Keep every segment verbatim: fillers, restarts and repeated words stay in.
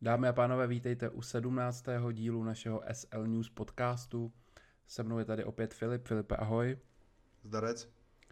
Dámy a pánové, vítejte u sedmnáctého dílu našeho S L News podcastu. Se mnou je tady opět Filip. Filipe, ahoj. Zdarec.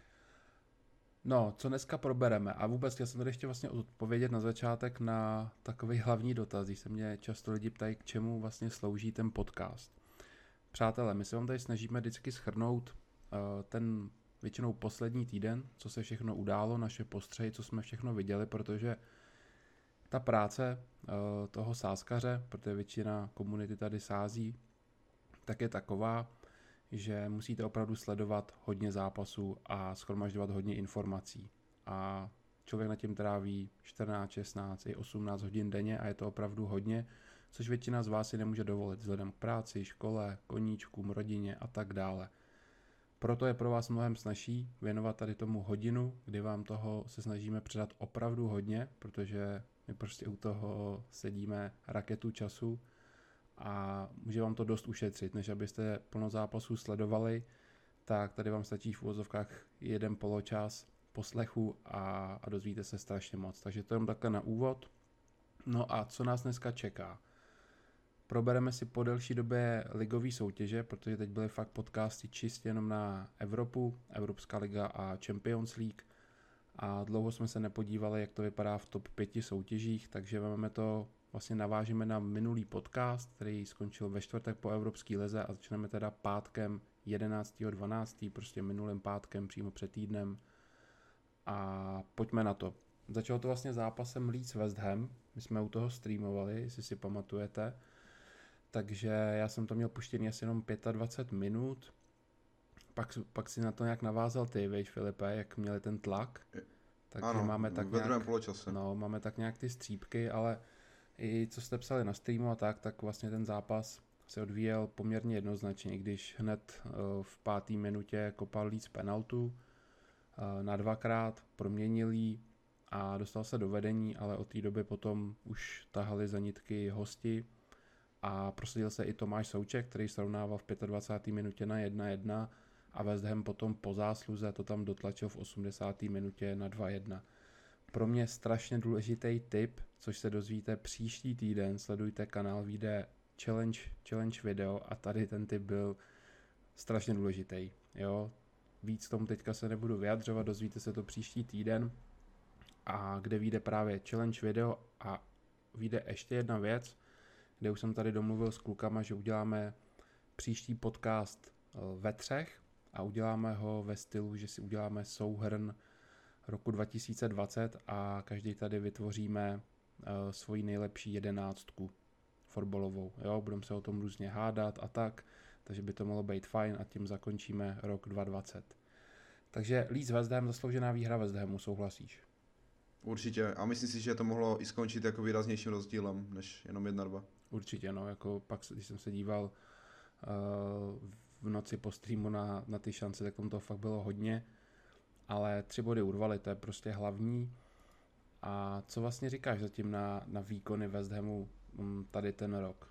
No, co dneska probereme? A vůbec chtěl jsem tady ještě vlastně odpovědět na začátek na takový hlavní dotaz, když se mě často lidi ptají, k čemu vlastně slouží ten podcast. Přátelé, my se vám tady snažíme vždycky shrnout uh, ten většinou poslední týden, co se všechno událo, naše postřehy, co jsme všechno viděli, protože ta práce uh, toho sázkaře, protože většina komunity tady sází, tak je taková, že musíte opravdu sledovat hodně zápasů a shromažďovat hodně informací. A člověk na tím tráví čtrnáct, šestnáct i osmnáct hodin denně a je to opravdu hodně, což většina z vás si nemůže dovolit vzhledem k práci, škole, koníčkům, rodině a tak dále. Proto je pro vás mnohem snazší věnovat tady tomu hodinu, kdy vám toho se snažíme předat opravdu hodně, protože my prostě u toho sedíme raketu času a může vám to dost ušetřit, než abyste plno zápasů sledovali, tak tady vám stačí v uvozovkách jeden poločas poslechu a, a dozvíte se strašně moc. Takže to jenom takhle na úvod. No a co nás dneska čeká? Probereme si po delší době ligové soutěže, protože teď byly fakt podcasty čistě jenom na Evropu, Evropská liga a Champions League. A dlouho jsme se nepodívali, jak to vypadá v top pěti soutěžích, takže máme to, vlastně navážíme na minulý podcast, který skončil ve čtvrtek po Evropské lize a začneme teda pátkem jedenáctého dvanáctého prostě minulým pátkem, přímo před týdnem. A pojďme na to. Začalo to vlastně zápasem Leeds West Ham, my jsme u toho streamovali, jestli si pamatujete, takže já jsem to měl puštěný asi jenom dvacet pět minut, pak, pak si na to nějak navázal ty, víš, Filipe, jak měli ten tlak. Takže ano, máme tak ve nějak, druhém poločase. no, máme tak nějak ty střípky, ale i co jste psali na streamu a tak, tak vlastně ten zápas se odvíjel poměrně jednoznačně, když hned v páté minutě kopal Leeds penaltu na dvakrát, proměnil ji a dostal se do vedení, ale od té doby potom už tahali za nitky hosti a prosadil se i Tomáš Souček, který srovnával v dvacáté páté minutě na jedna jedna a West Ham potom po zásluze to tam dotlačil v osmdesáté minutě na dva jedna. Pro mě strašně důležitý tip, což se dozvíte příští týden, sledujte kanál, vyjde challenge, challenge video a tady ten tip byl strašně důležitý. Jo? Víc tomu teďka se nebudu vyjadřovat, dozvíte se to příští týden a kde vyjde právě challenge video a vyjde ještě jedna věc, kde už jsem tady domluvil s klukama, že uděláme příští podcast ve třech a uděláme ho ve stylu, že si uděláme souhrn roku dva tisíce dvacet a každý tady vytvoříme uh, svoji nejlepší jedenáctku fotbalovou. Jo, budeme se o tom různě hádat a tak, takže by to mohlo být fajn a tím zakončíme rok dva tisíce dvacet. Takže Leeds West Ham, zasloužená výhra West Hamu, souhlasíš? Určitě. A myslím si, že to mohlo i skončit jako výraznějším rozdílem, než jenom jedna dva. Určitě, no, jako pak, když jsem se díval uh, v noci po streamu na, na ty šance, tak tam toho fakt bylo hodně, ale tři body urvali, to je prostě hlavní. A co vlastně říkáš zatím na, na výkony West Hamu tady ten rok?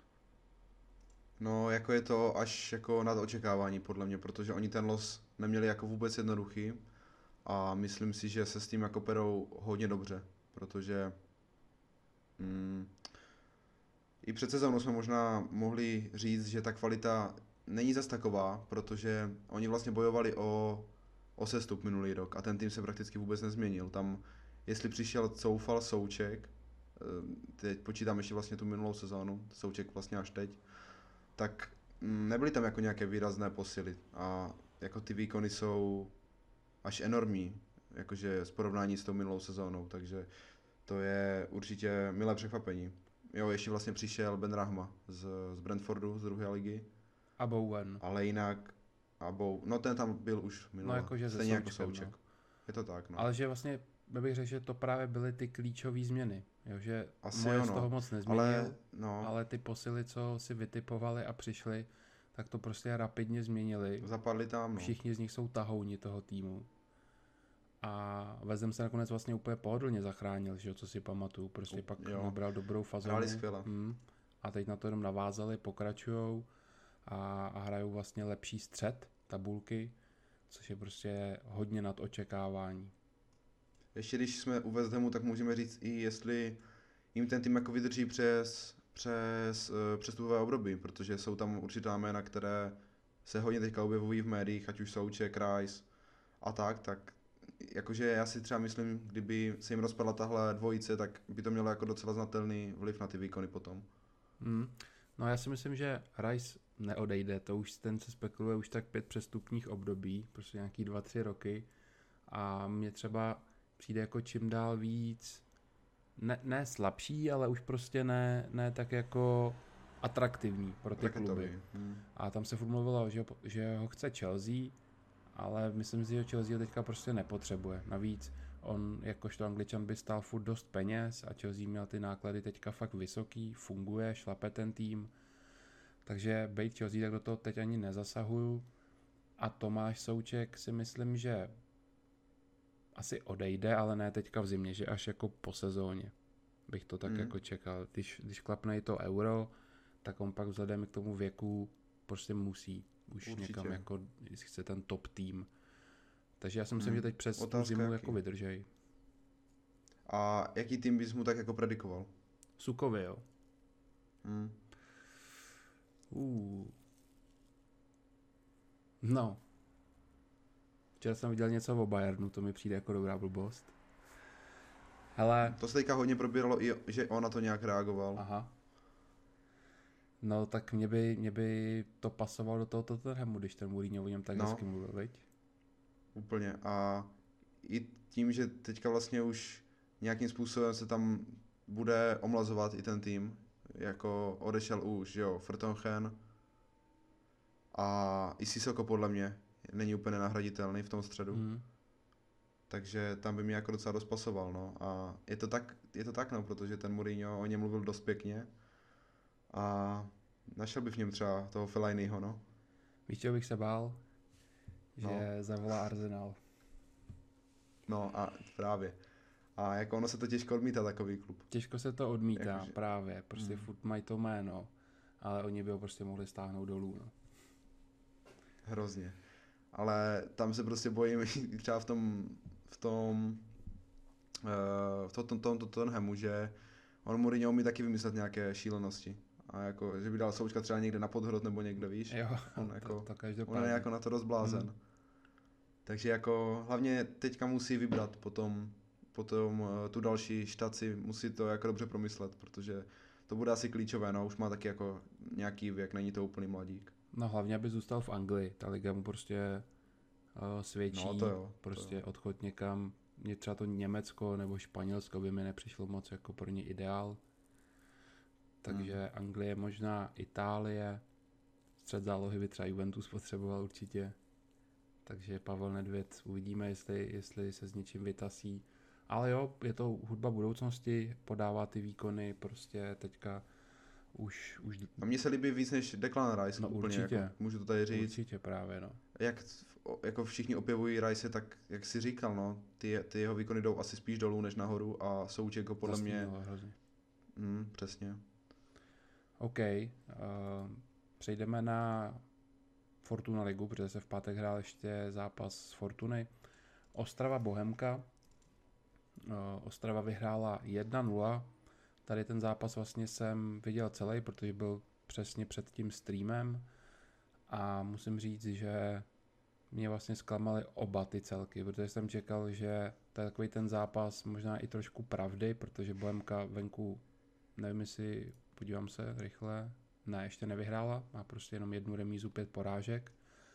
No, jako je to až jako nad očekávání podle mě, protože oni ten los neměli jako vůbec jednoduchý a myslím si, že se s tím jako perou hodně dobře, protože mm, i před sezónou jsme možná mohli říct, že ta kvalita není zas taková, protože oni vlastně bojovali o, o sestup minulý rok a ten tým se prakticky vůbec nezměnil. Tam, jestli přišel Coufal, Souček, teď počítám ještě vlastně tu minulou sezónu, Souček vlastně až teď, tak nebyly tam jako nějaké výrazné posily a jako ty výkony jsou až enormní, jakože s porovnání s tou minulou sezónou, takže to je určitě milé překvapení. Jo, ještě vlastně přišel Ben Rahma z, z Brentfordu, z druhé ligy. A Bowen. Ale jinak, a Bow, no ten tam byl už minule, no jakože stejně jako Součkem, Souček. No. Je to tak, no. Ale že vlastně, bych řekl, že to právě byly ty klíčové změny, jo, že Asi moje jo, z no. toho moc nezměnil, ale, no. ale ty posily, co si vytipovali a přišli, tak to prostě rapidně změnili. Zapadli tam, no. Všichni z nich jsou tahouni toho týmu. A Vezem se nakonec vlastně úplně pohodlně zachránil, že jo, co si pamatuju, prostě pak jo. nabral dobrou fazonu. Hráli skvěle. Hmm. A teď na to jenom navázali, pokračujou a, a hrajou vlastně lepší střed tabulky, což je prostě hodně nad očekávání. Ještě když jsme u West Hamu, tak můžeme říct i jestli jim ten tým jako vydrží přes, přes uh, přestupové období, protože jsou tam určitá jména, které se hodně teďka objevují v médiích, ať už Souček, Rice a tak, tak jakože já si třeba myslím, kdyby se jim rozpadla tahle dvojice, tak by to mělo jako docela znatelný vliv na ty výkony potom. Hmm. No já si myslím, že Rice neodejde, to už ten se spekuluje už tak pět přestupních období, prostě nějaký dva, tři roky a mně třeba přijde jako čím dál víc, ne, ne slabší, ale už prostě ne, ne tak jako atraktivní pro ty Raketový. kluby. Hmm. A tam se furt mluvilo, že, že ho chce Chelsea, ale myslím si, že Chelsea ho teďka prostě nepotřebuje. Navíc on jakožto Angličan by stál furt dost peněz a Chelsea měl ty náklady teďka fakt vysoký, funguje, šlape ten tým. Takže bejt Chelsea, tak do toho teď ani nezasahuju. A Tomáš Souček si myslím, že asi odejde, ale ne teďka v zimě, že až jako po sezóně bych to tak mm. jako čekal. Když, když klapne i to Euro, tak on pak vzhledem k tomu věku prostě musí už Určitě. někam jako, jestli chce ten top tým. Takže já si myslím, mm. že teď přes tu zimu jaký? jako vydržej. A jaký tým bys mu tak jako predikoval? Sukovi, jo. Mm. Uh. No. Včera jsem viděl něco o Bayernu, to mi přijde jako dobrá blbost. Hele. To se teďka hodně probíralo i, že on na to nějak reagoval. Aha. No tak mě by, mě by to pasovalo do toho Tottenhamu, když ten Mourinho o něm tak no. hezky mluvil, viď? Úplně. A i tím, že teďka vlastně už nějakým způsobem se tam bude omlazovat i ten tým, jako odešel už, jo, Vertonghen a i Sissoko podle mě není úplně nahraditelný v tom středu. Mm. Takže tam by mě jako docela dost pasoval, no. A je to tak, je to tak, no, protože ten Mourinho o něm mluvil dost pěkně a našel by v něm třeba toho Fellainiho, no. Víš, čeho bych se bál? Že no. zavolá Arsenal. No a právě. A jako ono se to těžko odmítá, takový klub. Těžko se to odmítá, Jakože... právě. Prostě mm. furt mají to jméno, ale oni by ho prostě mohli stáhnout dolů, no. Hrozně. Ale tam se prostě bojím třeba v tom v tom v tom, tom, tom Tottenhamu, že on Mourinho umí taky vymyslet nějaké šílenosti. A jako, že by dal Součka třeba někde na podhrot nebo někde, víš? Jo, on, jako, to, to on je jako na to dost blázen. Hmm. Takže jako hlavně teďka musí vybrat potom, potom tu další štaci, musí to jako dobře promyslet, protože to bude asi klíčové, no už má taky jako nějaký věk, není to úplný mladík. No hlavně, aby zůstal v Anglii, ta liga mu prostě uh, svědčí, no, to jo, prostě to jo. odchod někam, mě třeba to Německo nebo Španělsko by mi nepřišlo moc jako pro ně ideál. Takže hmm. Anglie, možná Itálie, střed zálohy by třeba Juventus potřeboval určitě. Takže Pavel Nedvěd, uvidíme, jestli, jestli se s něčím vytasí. Ale jo, je to hudba budoucnosti, podává ty výkony, prostě teďka už... už... A mně se líbí víc než Declan Rice, no, úplně, určitě. Jako, můžu to tady říct. Určitě právě, no. Jak jako všichni objevují Rice, tak jak jsi říkal, no, ty, ty jeho výkony jdou asi spíš dolů než nahoru a Souček ho podle mě... hrozně. Mm, přesně. OK, uh, přejdeme na Fortuna ligu, protože se v pátek hrál ještě zápas s Fortuny. Ostrava Bohemka. Uh, Ostrava vyhrála jedna nula. Tady ten zápas vlastně jsem viděl celý, protože byl přesně před tím streamem a musím říct, že mě vlastně zklamaly oba ty celky, protože jsem čekal, že to je takový ten zápas možná i trošku pravdy, protože Bohemka venku, nevím jestli, podívám se rychle, ne, ještě nevyhrála, má prostě jenom jednu remízu, pět porážek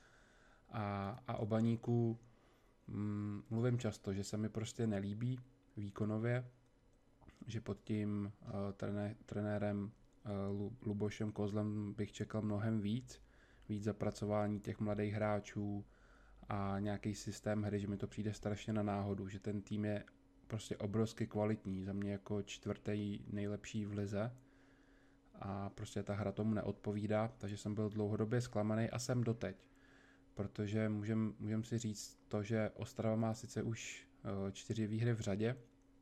a, a o Baníku mm, mluvím často, že se mi prostě nelíbí výkonově, že pod tím uh, trené, trenérem uh, Lubošem Kozlem bych čekal mnohem víc, víc zapracování těch mladých hráčů a nějaký systém hry, že mi to přijde strašně na náhodu, že ten tým je prostě obrovsky kvalitní, za mě jako čtvrtý nejlepší v lize a prostě ta hra tomu neodpovídá, takže jsem byl dlouhodobě zklamaný a jsem doteď, protože můžem, můžem si říct to, že Ostrava má sice už uh, čtyři výhry v řadě,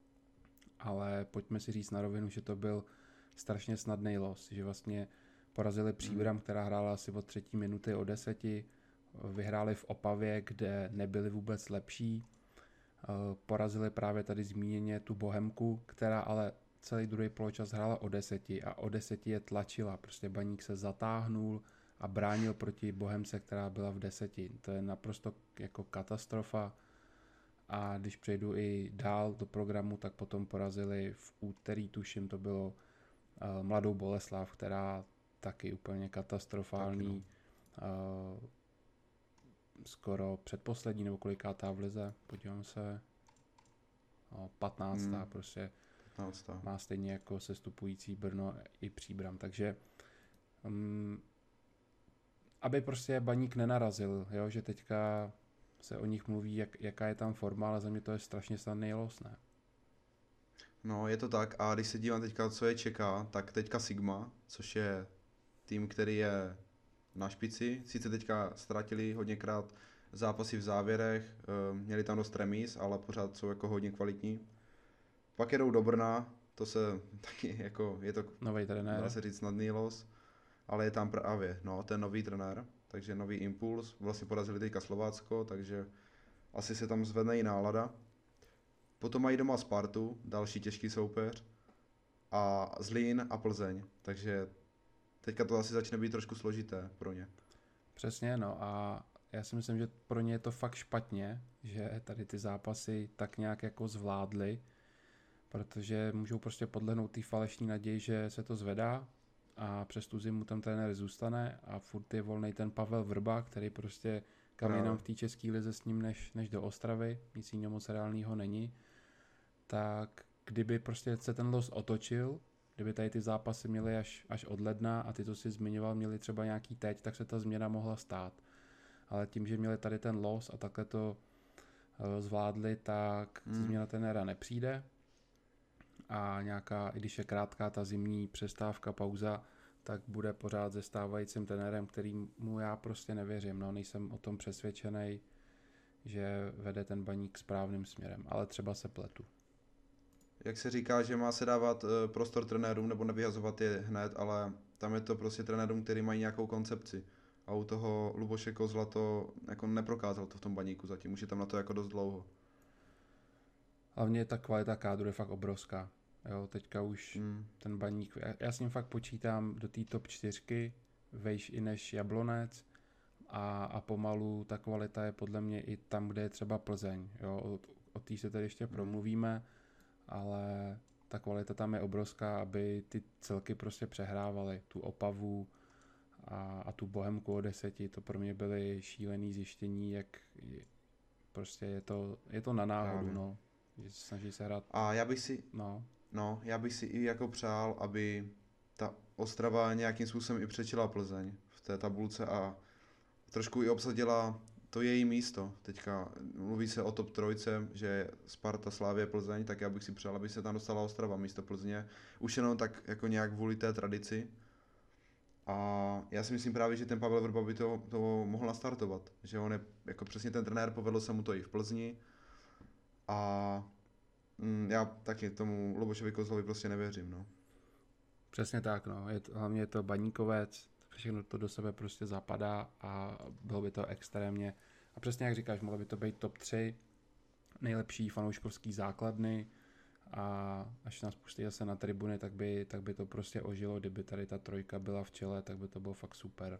ale pojďme si říct na rovinu, že to byl strašně snadný los, že vlastně porazili Příbram, která hrála asi od třetí minuty o deseti, vyhráli v Opavě, kde nebyli vůbec lepší, porazili právě tady zmíněně tu Bohemku, která ale celý druhý poločas hrála o deseti a o deseti je tlačila. Prostě Baník se zatáhnul a bránil proti Bohemce, která byla v deseti. To je naprosto jako katastrofa. A když přejdu i dál do programu, tak potom porazili v úterý, tuším, to bylo uh, Mladou Boleslav, která taky úplně katastrofální. Taky no. uh, skoro předposlední nebo kolikátá v lize, podívám se, no, patnáctá Hmm. prostě patnáctá má stejně jako sestupující Brno i Příbram, takže um, aby prostě Baník nenarazil, jo, že teďka se o nich mluví, jak, jaká je tam forma, ale za mě to je strašně snadný los, ne? No, je to tak a když se dívám teďka, co je čeká, tak teďka Sigma, což je tým, který je na špici, sice teďka ztratili hodněkrát zápasy v závěrech, měli tam dost remíz, ale pořád jsou jako hodně kvalitní. Pak jedou do Brna, to se taky jako, je to, nový trenér, dá se říct, snadný los, ale je tam právě, no, ten nový trenér, takže nový impuls, vlastně porazili teďka Slovácko, takže asi se tam zvedne i nálada. Potom mají doma Spartu, další těžký soupeř, a Zlín a Plzeň, takže teďka to asi začne být trošku složité pro ně. Přesně, no a já si myslím, že pro ně je to fakt špatně, že tady ty zápasy tak nějak jako zvládli, protože můžou prostě podlehnout té falešní naději, že se to zvedá a přes tu zimu tam trenér zůstane a furt je volnej ten Pavel Vrba, který prostě kam jinam v té české lize s ním než, než do Ostravy, nic jiného moc reálného není, tak kdyby prostě se ten los otočil, kdyby tady ty zápasy měly až, až od ledna a ty, co si zmiňoval, měli třeba nějaký teď, tak se ta změna mohla stát. Ale tím, že měli tady ten los a takhle to uh, zvládli, tak hmm. změna trenéra nepřijde a nějaká, i když je krátká ta zimní přestávka, pauza, tak bude pořád se stávajícím trenérem, kterýmu já prostě nevěřím. No, nejsem o tom přesvědčený, že vede ten Baník správným směrem, ale třeba se pletu. Jak se říká, že má se dávat prostor trenérům nebo nevyhazovat je hned, ale tam je to prostě trenérům, který mají nějakou koncepci. A u toho Luboše Kozla to jako neprokázal to v tom Baníku zatím, už je tam na to jako dost dlouho. Hlavně ta kvalita kádru je fakt obrovská. Jo, teďka už hmm. ten Baník, já, já s ním fakt počítám do té top čtyřky, vejš i než Jablonec a, a pomalu ta kvalita je podle mě i tam, kde je třeba Plzeň. Jo, o, o té se tady ještě hmm. promluvíme, ale ta kvalita tam je obrovská, aby ty celky prostě přehrávaly. Tu Opavu a, a tu Bohemku o deseti, to pro mě byly šílený zjištění, jak je, prostě je to, je to na náhodu, no. Že se snaží se hrát. A já bych si, no. no, já bych si i jako přál, aby ta Ostrava nějakým způsobem i přečila Plzeň v té tabulce a trošku i obsadila to její místo. Teďka mluví se o top trojce, že Sparta, Slavie, Plzeň, tak já bych si přál, aby se tam dostala Ostrava místo Plzně. Už jenom tak jako nějak kvůli té tradici. A já si myslím právě, že ten Pavel Vrba by to, to mohl nastartovat. Že on je jako přesně ten trenér, povedlo se mu to i v Plzni. A mm, já taky tomu Lubošovi Kozlovi prostě nevěřím, no. Přesně tak, no. Je to, hlavně je to baníkovec, všechno to do sebe prostě zapadá a bylo by to extrémně. A přesně jak říkáš, mohlo by to být top tři, nejlepší fanouškovský základny a až nás pustí zase na tribuny, tak by, tak by to prostě ožilo, kdyby tady ta trojka byla v čele, tak by to bylo fakt super.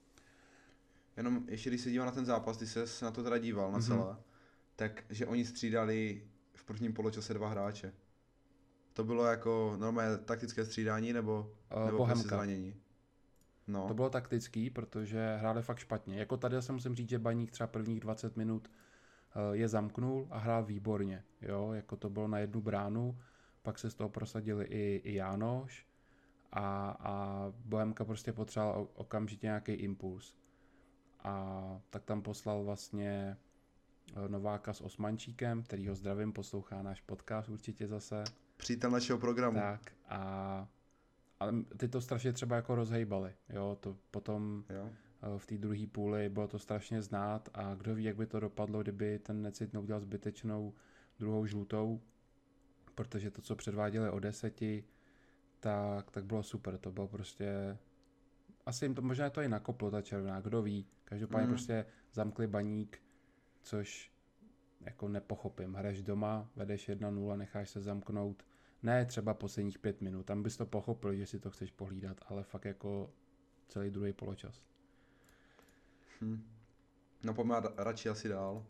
Jenom ještě když se dívám na ten zápas, ty se na to teda díval, na Mhm. celé, tak že oni střídali v prvním poločase dva hráče. To bylo jako normálně taktické střídání nebo, Uh, nebo Bohemka. prostě zranění? No. To bylo taktický, protože hráli fakt špatně. Jako tady se musím říct, že Baník třeba prvních dvacet minut uh, je zamknul a hrál výborně. Jo? Jako to bylo na jednu bránu, pak se z toho prosadili i, i Jánoš a, a Bohemka prostě potřeboval okamžitě nějaký impuls. A tak tam poslal vlastně Nováka s Osmančíkem, který ho zdravím, poslouchá náš podcast určitě zase. Přítel našeho programu. Tak a, a ty to strašně třeba jako rozhejbali, jo, to potom Jo. v té druhé půli bylo to strašně znát a kdo ví, jak by to dopadlo, kdyby ten Necit neudělal zbytečnou druhou žlutou, protože to, co předváděli o deseti, tak, tak bylo super, to bylo prostě, asi jim to možná to i nakoplo, ta červená, kdo ví, každopádně Mm. prostě zamkli Baník, což jako nepochopím. Hraješ doma, vedeš jedna nula, necháš se zamknout Ne třeba posledních pět minut, tam bys to pochopil, že si to chceš pohlídat, ale fakt jako celý druhý poločas. Hm. No pojďme ra- radši asi dál.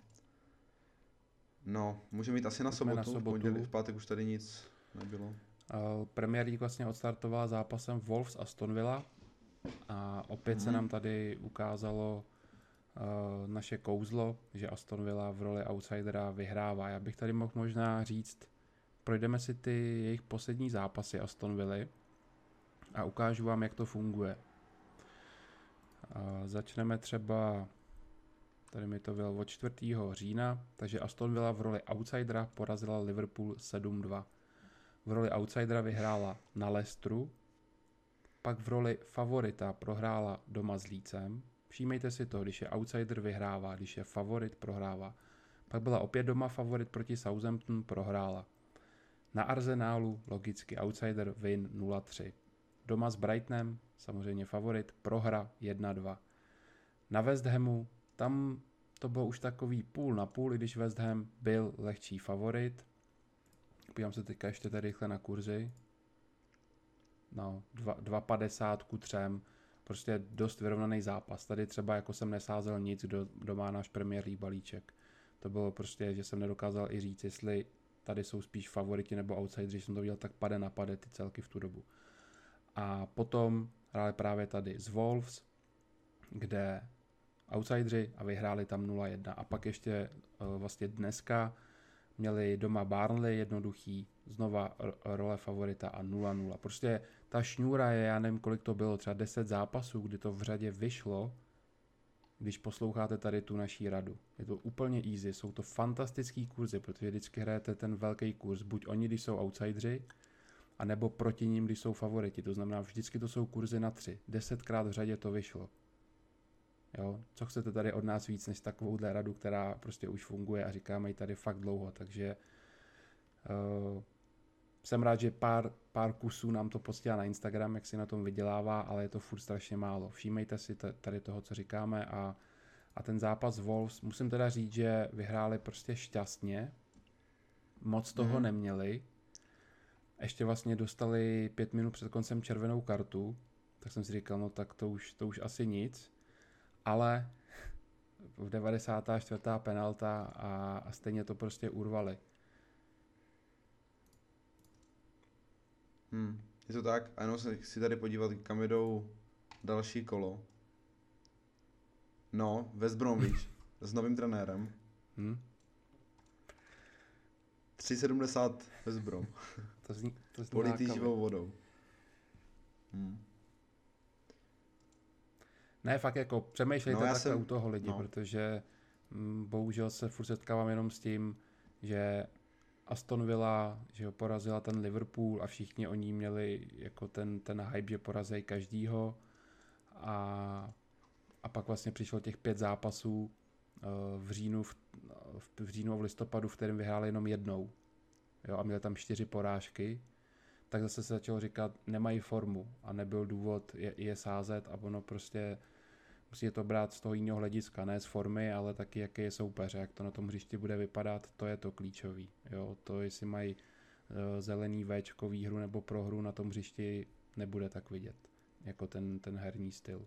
No, můžeme jít asi na Pojďme sobotu, na v sobotu. pondělí, v pátek už tady nic nebylo. Uh, Premier League vlastně odstartovala zápasem Wolves a Aston Villa a opět Mhm. se nám tady ukázalo uh, naše kouzlo, že Aston Villa v roli outsidera vyhrává. Já bych tady mohl možná říct, projdeme si ty jejich poslední zápasy Aston Villy a ukážu vám, jak to funguje. Uh, začneme třeba, tady mi to bylo od čtvrtého října, takže Aston Villa v roli outsidera porazila Liverpool sedm dva. V roli outsidera vyhrála na Leicesteru, pak v roli favorita prohrála doma s Leedsem. Všímejte si to, když je outsider vyhrává, když je favorit prohrává. Pak byla opět doma favorit proti Southampton, prohrála. Na Arsenálu logicky outsider win nula tři. Doma s Brightonem, samozřejmě favorit, prohra jedna dva. Na West Hamu, tam to bylo už takový půl na půl, i když West Ham byl lehčí favorit. Podívám se teďka ještě tady rychle na kurzy. No, dva padesát ku třem. Prostě dost vyrovnaný zápas. Tady třeba jako jsem nesázel nic, kdo, kdo má náš Premier League balíček. To bylo prostě, že jsem nedokázal i říct, jestli tady jsou spíš favoriti nebo outsideri, že jsem to viděl tak pade na pade ty celky v tu dobu. A potom hráli právě tady z Wolves, kde outsideri a vyhráli tam nula jedna. A pak ještě vlastně dneska měli doma Burnley jednoduchý, znova role favorita a nula nula. Prostě ta šňůra je, já nevím, kolik to bylo, třeba deset zápasů, kdy to v řadě vyšlo, když posloucháte tady tu naší radu. Je to úplně easy, jsou to fantastický kurzy, protože vždycky hrajete ten velký kurz, buď oni, když jsou outsideri, anebo proti ním, když jsou favoriti. To znamená, vždycky to jsou kurzy na tři. Desetkrát v řadě to vyšlo. Jo? Co chcete tady od nás víc, než takovouhle radu, která prostě už funguje a říkáme ji tady fakt dlouho, takže uh, jsem rád, že pár, pár kusů nám to posílá na Instagram, jak si na tom vydělává, ale je to furt strašně málo. Všímejte si t- tady toho, co říkáme a, a ten zápas Wolves, musím teda říct, že vyhráli prostě šťastně, moc toho mm. neměli, ještě vlastně dostali pět minut před koncem červenou kartu, tak jsem si říkal, no tak to už, to už asi nic, ale v devadesátá čtvrtá penalta a, a stejně to prostě urvali. Hmm, je to tak, a jenom se chci tady podívat, kam jedou další kolo. No, West Bromwich s novým trenérem. Hmm? tři sedmdesát West Brom. To zní, to zní Politý lákavě. živou vodou. Hmm. Ne, fakt jako přemýšlejte No, já takhle jsem- u toho lidi, no. protože mm, bohužel se furt setkávám jenom s tím, že Aston Villa, že ho porazila ten Liverpool a všichni oni měli jako ten, ten hype, že porazí každýho a, a pak vlastně přišlo těch pět zápasů eh, v říjnu, v, v, v říjnu a v listopadu, v kterém vyhráli jenom jednou. Jo, a měli tam čtyři porážky, tak zase se začalo říkat, nemají formu a nebyl důvod je, je sázet a ono prostě musí to brát z toho jiného hlediska, ne z formy, ale taky jaký je soupeř, jak to na tom hřišti bude vypadat, to je to klíčový. Jo, to jestli mají uh, zelený Včko výhru nebo prohru na tom hřišti, nebude tak vidět, jako ten, ten herní styl.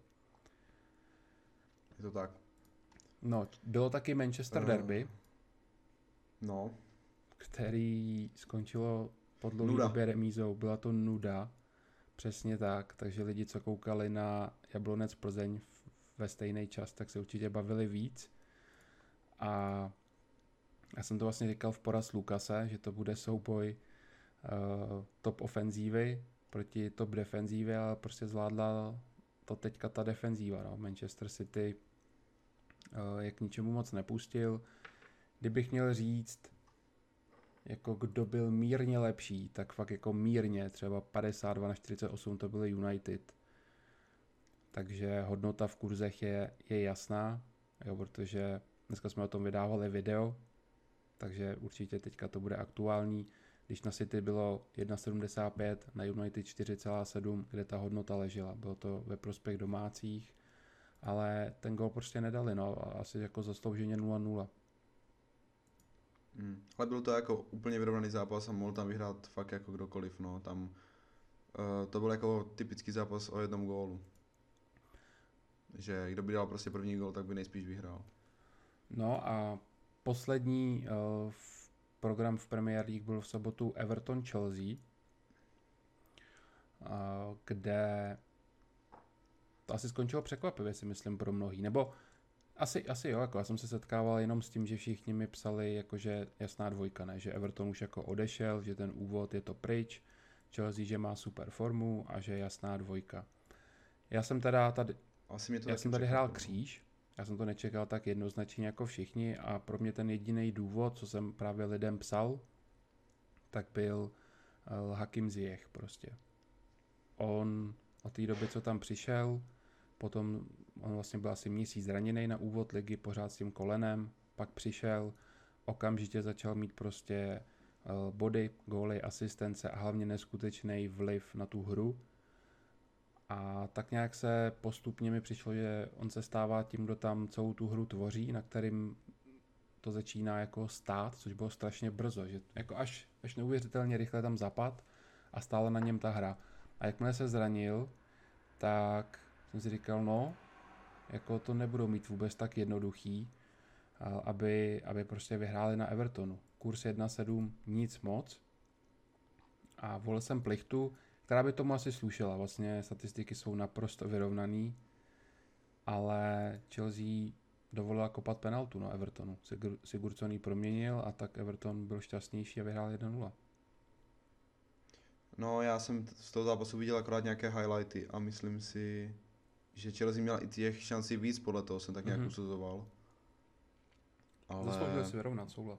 Je to tak. No, bylo taky Manchester Eh. derby, No, který skončilo po dlouhé Nuda. době remízou. Byla to nuda, přesně tak, takže lidi, co koukali na Jablonec Plzeň v- ve stejný čas, tak se určitě bavili víc. A já jsem to vlastně říkal v poraz Lukase, že to bude souboj uh, top ofenzívy proti top defenzívy, ale prostě zvládla to teďka ta defenzíva. No. Manchester City uh, je k ničemu moc nepustil. Kdybych měl říct, jako kdo byl mírně lepší, tak fakt jako mírně, třeba padesát dva na čtyřicet osm to byly United. Takže hodnota v kurzech je, je jasná, jo, protože dneska jsme o tom vydávali video, takže určitě teďka to bude aktuální. Když na City bylo jedna sedmdesát pět, na United čtyři celá sedm, kde ta hodnota ležela. Bylo to ve prospěch domácích, ale ten gol prostě nedali, no, a asi jako zaslouženě nula nula. Hmm. Ale byl to jako úplně vyrovnaný zápas a mohl tam vyhrát fakt jako kdokoliv, no. Tam uh, to byl jako typický zápas o jednom gólu. Že kdo by dal prostě první gól, tak by nejspíš vyhrál. No a poslední uh, v program v Premier League byl v sobotu Everton-Chelsea, uh, kde to asi skončilo překvapivě, si myslím, pro mnohý. Nebo asi, asi jo, jako já jsem se setkával jenom s tím, že všichni mi psali, jakože jasná dvojka, ne? Že Everton už jako odešel, že ten úvod je to pryč, Chelsea, že má super formu a že je jasná dvojka. Já jsem teda tady, Asi mě to já taky jsem tady hrál překvapilo. kříž, já jsem to nečekal tak jednoznačně jako všichni a pro mě ten jediný důvod, co jsem právě lidem psal, tak byl uh, Hakim Ziyech prostě. On od té doby, co tam přišel, potom on vlastně byl asi měsíc zraněný na úvod ligy, pořád s tím kolenem, pak přišel, okamžitě začal mít prostě uh, body, góly, asistence a hlavně neskutečný vliv na tu hru. A tak nějak se postupně mi přišlo, že on se stává tím, kdo tam celou tu hru tvoří, na kterým to začíná jako stát, což bylo strašně brzo, že jako až, až neuvěřitelně rychle tam zapad a stála na něm ta hra. A jakmile se zranil, tak jsem si říkal, no, jako to nebudou mít vůbec tak jednoduchý, aby, aby prostě vyhráli na Evertonu. Kurs jedna sedm, nic moc. A volil jsem plichtu, která by tomu asi slušela. Vlastně statistiky jsou naprosto vyrovnaný, ale Chelsea dovolila kopat penaltu na Evertonu. Sigur, Sigurdsson ji proměnil a tak Everton byl šťastnější a vyhrál jedna nula. No, já jsem z toho zápasu viděl akorát nějaké highlighty a myslím si, že Chelsea měla i těch šancí víc, podle toho jsem tak nějak Mhm. usuzoval. Zasloužil Ale, si vyrovnat, souhlas.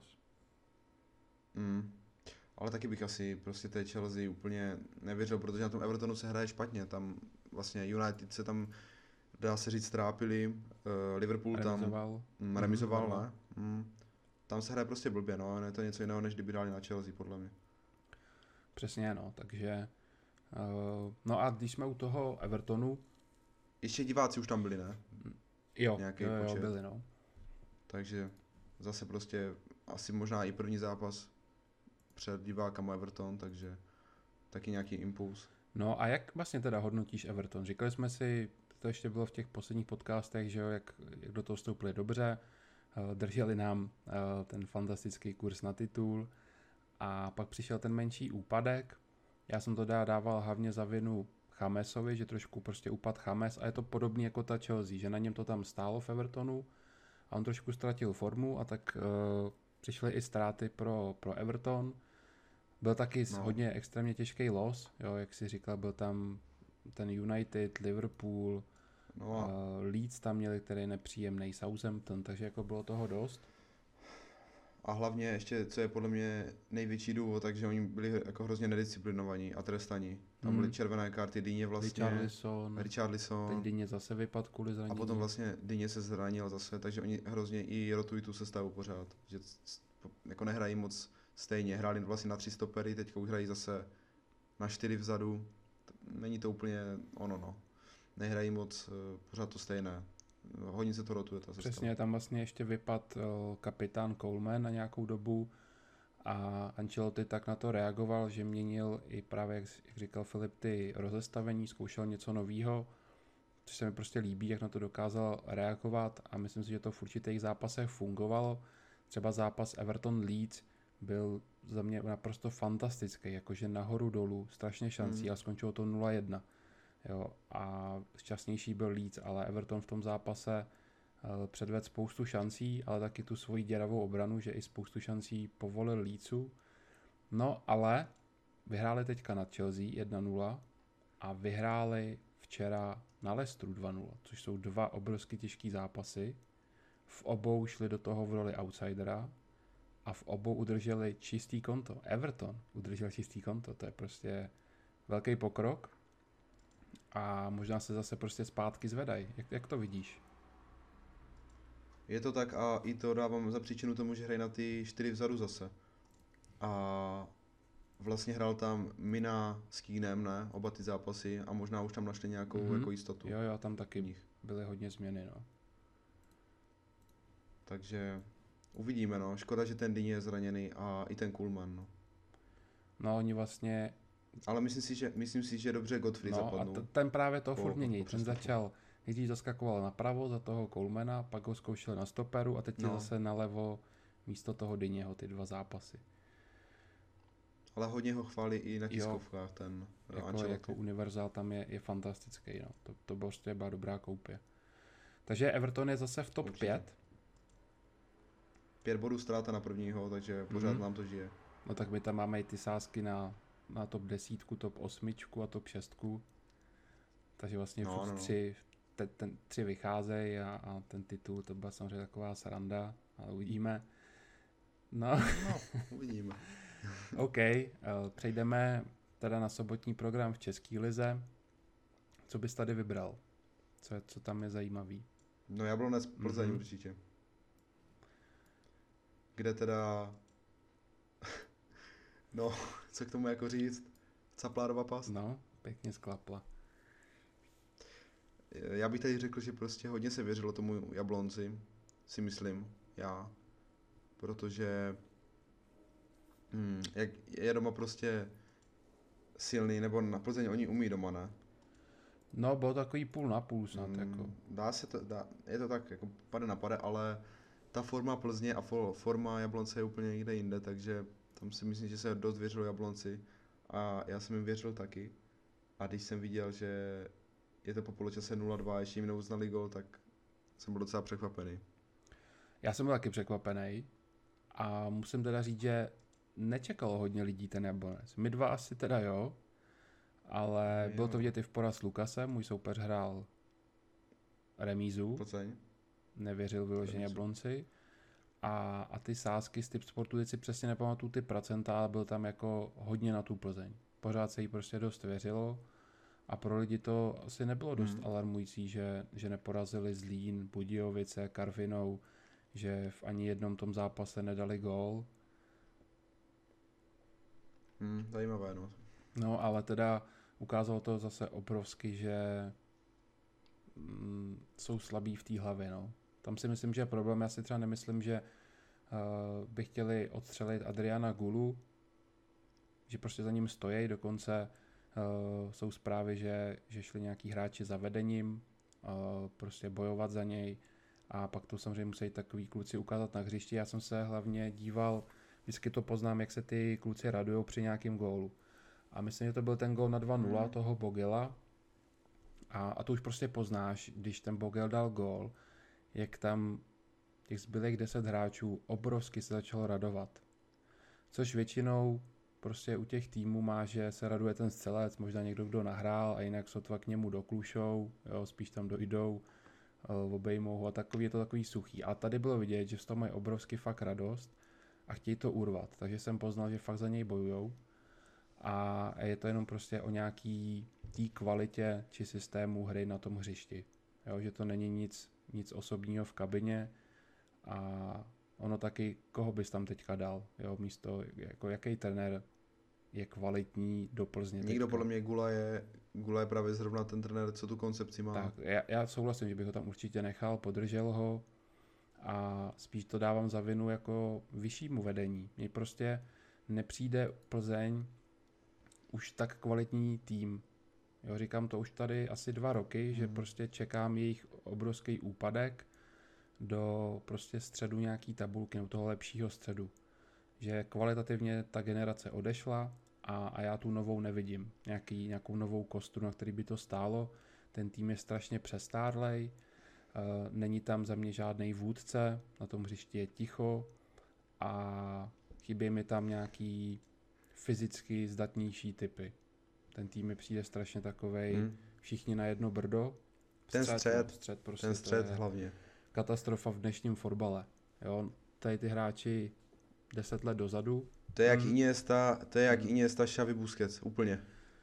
mm, ale taky bych asi prostě té Chelsea úplně nevěřil, protože na tom Evertonu se hraje špatně. Tam vlastně United se tam, dá se říct, trápili, uh, Liverpool tam Remizoval. mm, remizoval, Mhm, ne? Mm. Tam se hraje prostě blbě, no, je to něco jiného, než kdyby hráli na Chelsea, podle mě. Přesně, no, takže uh, no a když jsme u toho Evertonu, Ještě diváci už tam byli, ne? jo, Nějaký jo, jo, počet. byli, no. Takže zase prostě asi možná i první zápas před divákama Everton, takže taky nějaký impuls. No a jak vlastně teda hodnotíš Everton? Říkali jsme si, to ještě bylo v těch posledních podcastech, že jo, jak, jak do toho vstoupili dobře, eh, drželi nám eh, ten fantastický kurz na titul a pak přišel ten menší úpadek. Já jsem to dával hlavně za vinu Chamesovi, že trošku prostě upad Chames a je to podobný jako ta Chelsea, že na něm to tam stálo v Evertonu a on trošku ztratil formu a tak uh, přišly i ztráty pro, pro Everton. Byl taky No. hodně extrémně těžký los, jo, jak si říkal, byl tam ten United, Liverpool, No a uh, Leeds tam měli, který je nepříjemný, Southampton, takže jako bylo toho dost. A hlavně ještě, co je podle mě největší důvod, takže oni byli jako hrozně nedisciplinovaní a trestaní. Tam Hmm. byly červené karty, Digne vlastně, Richarlison, teď Richarlison Digne zase vypad kvůli a zranění. potom vlastně Digne se zranil zase, takže oni hrozně i rotují tu sestavu pořád. Že s- jako nehrají moc stejně, hráli vlastně na tři stopery, teďka už hrají zase na čtyři vzadu. Není to úplně ono, no. Nehrají moc eh, pořád to stejné. Hodně se to rotuje ta sestava. Přesně, tam vlastně ještě vypad uh, kapitán Coleman na nějakou dobu a Ancelotti tak na to reagoval, že měnil i právě, jak, jak říkal Filip, ty rozestavení, zkoušel něco novýho, což se mi prostě líbí, jak na to dokázal reagovat a myslím si, že to v určitých zápasech fungovalo. Třeba zápas Everton Leeds byl za mě naprosto fantastický, jakože nahoru dolů, strašně šancí Mm. a skončilo to nula jedna. Jo, a šťastnější byl Leeds, ale Everton v tom zápase uh, předvedl spoustu šancí, ale taky tu svoji děravou obranu, že i spoustu šancí povolil Leedsu. No, ale vyhráli teďka nad Chelsea jedna nula a vyhráli včera na Leicesteru dva nula, což jsou dva obrovsky těžký zápasy. V obou šli do toho v roli outsidera a v obou udrželi čistý konto. Everton udržel čistý konto, to je prostě velký pokrok a možná se zase prostě zpátky zvedají. Jak, jak to vidíš? Je to tak a i to dávám za příčinu tomu, že hrají na ty čtyři vzadu zase. A vlastně hrál tam Mina s Keenem, ne? Oba ty zápasy a možná už tam našli nějakou Mhm. jako jistotu Jo, jo, tam v taky nich. byly hodně změny, no. Takže Uvidíme, no. Škoda, že ten Dyně je zraněný a i ten Kuhlman, no. No oni vlastně... Ale myslím si, že, myslím si, že dobře Gottfried No zapadnul. a t- ten právě to Po- furt po- mění. po Ten přestupku. začal, nejdřív zaskakoval napravo za toho Colemana, pak ho zkoušel na stoperu a teď je No. zase nalevo místo toho Dyněho ty dva zápasy. Ale hodně ho chválí i na tiskovkách ten eh, Jako, Ancelotti. jako univerzál tam je, je fantastický. No. To, to prostě byla dobrá koupě. Takže Everton je zase v top Určitě. pět. Pět bodů ztráta na prvního, takže pořád Mhm. nám to žije. No tak my tam máme i ty sázky na, na top desítku, top osmičku a top šestku. Takže vlastně No, furt no, no. tři, ten, ten, tři vycházejí a, a ten titul, to byla samozřejmě taková sranda, ale uvidíme. No, No, uvidíme. OK, eh, přejdeme teda na sobotní program v České lize. Co bys tady vybral? Co, je, co tam je zajímavý? No Jablonec Plzeň Mhm. určitě. Kde teda... no, co k tomu jako říct? Caplárova past? No, pěkně sklapla. Já bych tady řekl, že prostě hodně se věřilo tomu Jablonci, si myslím, já. Protože hm, jak je doma prostě silný, nebo na Plzeň oni umí doma, ne? No, bylo takový půl na půl snad, Mm, jako. Dá se to, dá, je to tak, jako pade na pade, ale ta forma Plzně a fo- forma Jablonce je úplně někde jinde, takže tam si myslím, že se dost věřilo Jablonci a já jsem jim věřil taky. A když jsem viděl, že je to po poločase nula dva, ještě jim neuznali gol, tak jsem byl docela překvapený. Já jsem byl taky překvapený a musím teda říct, že nečekalo hodně lidí ten Jablonec. My dva asi teda jo, ale Jo. bylo to vidět i v poraz s Lukasem, můj soupeř hrál remízu, Plzeň? nevěřil vyloženě Remízu. Jablonci a, a ty sázky z Tip Sportu, teď si přesně nepamatuju ty procenta, ale byl tam jako hodně na tu Plzeň. Pořád se jí prostě dost věřilo a pro lidi to asi nebylo dost Mhm. alarmující, že, že neporazili Zlín, Budějovice, Karvinou, že v ani jednom tom zápase nedali gól. Hm, zajímavé, no. No, ale teda ukázalo to zase obrovsky, že mm, jsou slabí v té hlavě, no. Tam si myslím, že je problém, já si třeba nemyslím, že uh, by chtěli odstřelit Adriana Gulu, že prostě za ním stojí, dokonce uh, jsou zprávy, že, že šli nějaký hráči za vedením, uh, prostě bojovat za něj a pak to samozřejmě musí takový kluci ukázat na hřišti. Já jsem se hlavně díval, vždycky to poznám, jak se ty kluci radujou při nějakém gólu. A myslím, že to byl ten gól na dva nula Hmm. toho Bogela. A, a to už prostě poznáš, když ten Bogel dal gól, jak tam těch zbylých deset hráčů obrovsky se začalo radovat. Což většinou prostě u těch týmů má, že se raduje ten střelec, možná někdo, kdo nahrál a jinak sotva k němu doklušou, jo, spíš tam dojdou, uh, obejmou ho a takový je to takový suchý. A tady bylo vidět, že z toho mají obrovsky fakt radost a chtějí to urvat. Takže jsem poznal, že fakt za něj bojujou. A je to jenom prostě o nějaký té kvalitě či systému hry na tom hřišti. Jo, že to není nic, nic osobního v kabině a ono taky, koho bys tam teďka dal, jo, místo, jako jaký trenér je kvalitní do Plzně Někdo teďka. podle mě Gula je, Gula je právě zrovna ten trenér, co tu koncepci má. Tak, já, já souhlasím, že bych ho tam určitě nechal, podržel ho a spíš to dávám za vinu jako vyššímu vedení. Mně prostě nepřijde Plzeň už tak kvalitní tým. Jo, říkám to už tady asi dva roky, že Mhm. prostě čekám jejich obrovský úpadek do prostě středu nějaký tabulky, nebo toho lepšího středu. Že kvalitativně ta generace odešla a, a já tu novou nevidím. Nějaký, nějakou novou kostru, na který by to stálo. Ten tým je strašně přestárlej, uh, není tam za mě žádný vůdce, na tom hřišti je ticho a chybí mi tam nějaký fyzicky zdatnější typy. Ten tým mi přijde strašně takovej, Hm. všichni na jedno brdo. Ten střed, no, střed prostě Ten to střed je hlavně. katastrofa v dnešním fotbale. Jo, tady ty hráči deset let dozadu. To je jak Hmm. Iniesta, to je jak Hmm. Iniesta, Xavi, Busquets, úplně.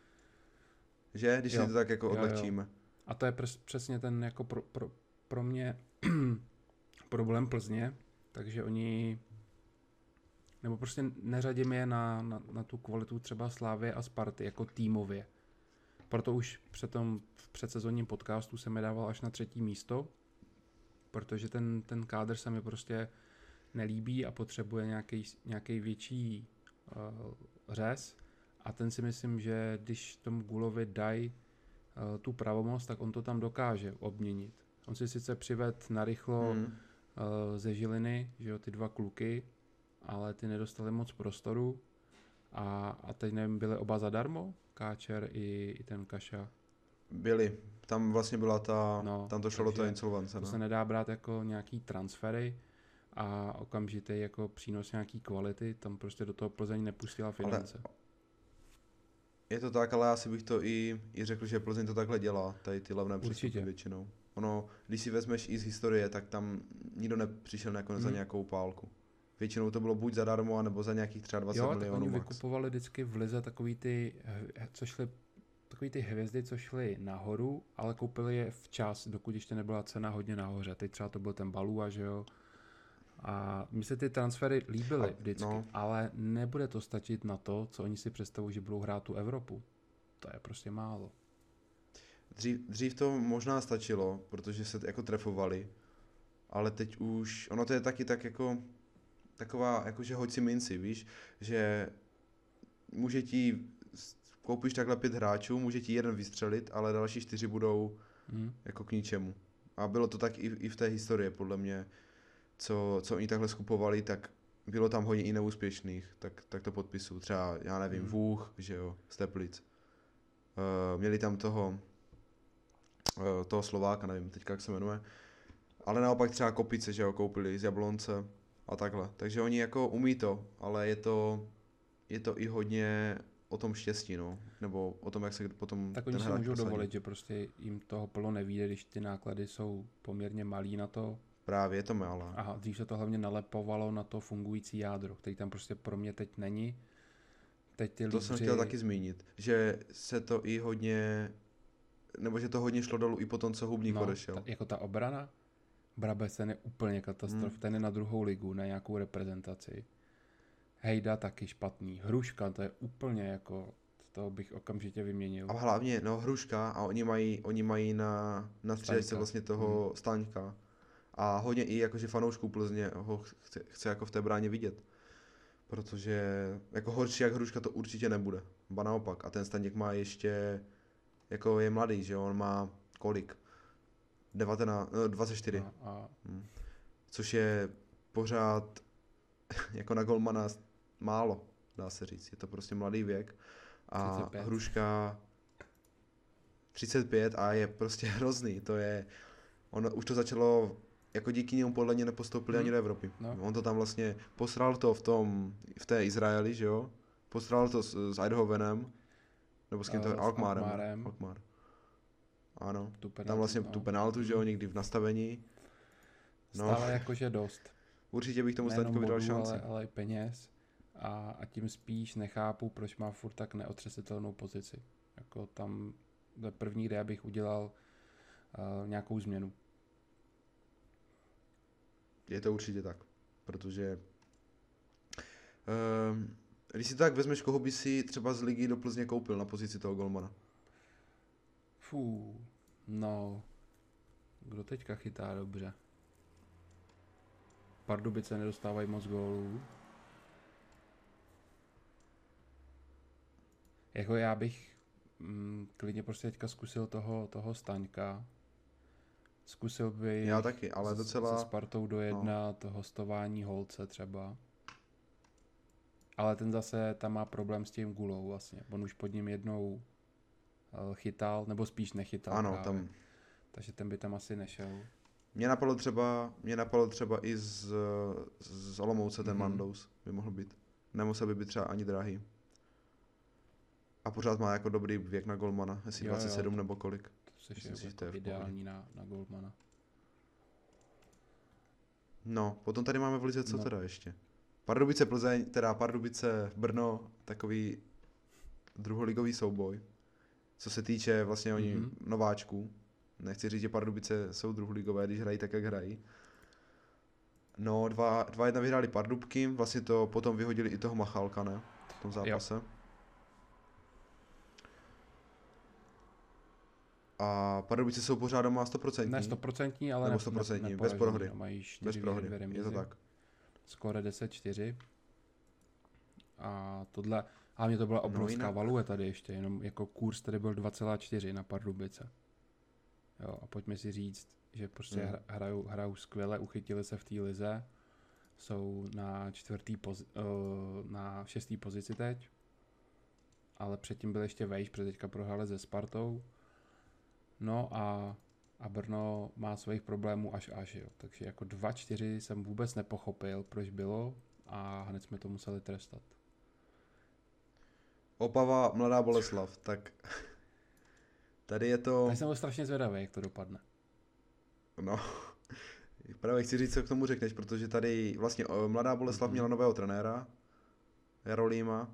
Že? Když Jo. si to tak jako Jo, jo. odlehčíme. A to je pres, přesně ten jako pro, pro, pro mě problém Plzně, takže oni nebo prostě neřadím je na, na, na tu kvalitu třeba Slávy a Sparty jako týmově. Proto už před tom, v předsezonním podcastu jsem je dával až na třetí místo, protože ten, ten kádr se mi prostě nelíbí a potřebuje nějaký, nějaký větší uh, řez a ten si myslím, že když tomu Gulovi dají uh, tu pravomoc, tak on to tam dokáže obměnit. On si sice přived narychlo Hmm. uh, ze Žiliny, že jo, ty dva kluky, ale ty nedostali moc prostoru a, a teď nevím, byly oba zadarmo? Káčer i, i ten Kaša. Byli. Tam vlastně byla ta, No, tam to šlo do té takže insolvence. To No. se nedá brát jako nějaký transfery a okamžitý jako přínos nějaký kvality, tam prostě do toho Plzeň nepustila finance. Ale je to tak, ale asi bych to i, i řekl, že Plzeň to takhle dělá, tady ty levné přestupy většinou. Ono, když si vezmeš i z historie, tak tam nikdo nepřišel nakonec mm. za nějakou pálku. Většinou to bylo buď zadarmo, anebo za nějakých třeba dvacet jo, milionů oni max. vykupovali vždycky v lize takový ty, co šli, takový ty hvězdy, co šly nahoru, ale koupili je včas, dokud ještě nebyla cena hodně nahoře. Teď třeba to byl ten Balua, že jo. A mi se ty transfery líbily A, vždycky, no. ale nebude to stačit na to, co oni si představují, že budou hrát tu Evropu. To je prostě málo. Dřív, dřív to možná stačilo, protože se jako trefovali, ale teď už, ono to je taky tak jako, taková, jakože hoď si minci, víš, že může ti, koupíš takhle pět hráčů, může ti jeden vystřelit, ale další čtyři budou hmm. jako k ničemu. A bylo to tak i, i v té historii, podle mě, co, co oni takhle skupovali, tak bylo tam hodně i neúspěšných, tak, tak to podpisu. Třeba, já nevím, hmm. Vůch, že jo, z Teplic. Uh, měli tam toho, uh, toho Slováka, nevím teďka, jak se jmenuje, ale naopak třeba Kopice, že jo, koupili z Jablonce a takhle. Takže oni jako umí to, ale je to, je to i hodně o tom štěstí, no, nebo o tom, jak se potom tak ten oni si hráč můžou prosadí. dovolit, že prostě jim toho plno nevíde, když ty náklady jsou poměrně malý na to. Právě, je to malé. Aha, dřív se to hlavně nalepovalo na to fungující jádro, který tam prostě pro mě teď není. Teď ty to lídři... jsem chtěl taky zmínit, že se to i hodně, nebo že to hodně šlo dolů i po tom, co Hubník no, odešel. Ta, jako ta obrana, Brabec ten je úplně katastrof, hmm. ten je na druhou ligu, na nějakou reprezentaci. Hejda taky špatný, Hruška, to je úplně jako, to bych okamžitě vyměnil. A hlavně, no Hruška a oni mají, oni mají na, na střídačce vlastně toho hmm. Staňka. A hodně i jakože fanoušků Plzně ho chce, chce jako v té bráně vidět. Protože jako horší jak Hruška to určitě nebude. Ba naopak. A ten Staněk má ještě, jako je mladý, že on má kolik? devatenáct, no, dvacet čtyři. No, a... hmm. Což je pořád jako na golmana málo, dá se říct. Je to prostě mladý věk. A třicet pět. Hruška třicet pět a je prostě hrozný. To je, ono už to začalo, jako díky němu podle mě nepostoupili hmm. ani do Evropy. No. On to tam vlastně posral to v tom, v té Izraeli, že jo? Posral to s, s Eindhovenem, nebo s kým to je, Alkmaarem. Alkmaarem. Alkmaar. Ano, tu penaltu, tam vlastně no. tu penaltu, že jo, někdy v nastavení. No. Stále jakože dost. Určitě bych tomu Staňkovi dal šanci. Ale, ale i peněz. A, a tím spíš nechápu, proč má furt tak neotřesitelnou pozici. Jako tam ve první hře bych udělal uh, nějakou změnu. Je to určitě tak, protože uh, když si to tak vezmeš, koho by si třeba z ligy do Plzně koupil na pozici toho golmana? Fú, no, kdo teďka chytá dobře? Pardubice nedostávají moc gólů. Jako já bych mm, klidně prostě teďka zkusil toho, toho Staňka. Zkusil bych já taky, ale docela... se Spartou dojednat no. to hostování Holce třeba. Ale ten zase tam má problém s tím Gulou vlastně. On už pod ním jednou chytal, nebo spíš nechytal. Ano, právě. tam... Takže ten by tam asi nešel. Mě napadlo třeba, mě napadlo třeba i z, z Olomouce ten mm-hmm. Mandous by mohl být. Nemusel by být třeba ani drahý. A pořád má jako dobrý věk na golmana, jestli jo, dvacet sedm jo, nebo kolik. To Myslím, je jako ideální na, na golmana. No, potom tady máme v lize co no. teda ještě? Pardubice Plzeň, teda Pardubice Brno, takový druholigový souboj. Co se týče vlastně oni mm-hmm. nováčků. Nechci říct, že Pardubice jsou druholigové, když hrají tak, jak hrají. No, dva, dva jedna vyhráli Pardubky, vlastně to potom vyhodili i toho Machalka, ne? V tom zápase. Jo. A Pardubice jsou pořád doma sto procent. Ne sto procent, ale Nebo sto procent, bez prohry. Mají bez prohry, je to tak. skóre deset čtyři. A tohle, a mě to byla obrovská no value tady ještě, jenom jako kurz tady byl dva celá čtyři na Pardubice. Jo, a pojďme si říct, že prostě hmm. hrajou, hrajou skvěle, uchytili se v té lize, jsou na čtvrtý pozi- uh, na šestý pozici teď, ale předtím byl ještě vejš, protože teďka prohráli se Spartou. No a, a Brno má svých problémů až až, jo. Takže jako dva čtyři jsem vůbec nepochopil, proč bylo a hned jsme to museli trestat. Opava, Mladá Boleslav, tak tady je to... Tak jsem byl strašně zvědavý, jak to dopadne. No, právě chci říct, co k tomu řekneš, protože tady vlastně Mladá Boleslav mm-hmm. měla nového trenéra, Jarolíma,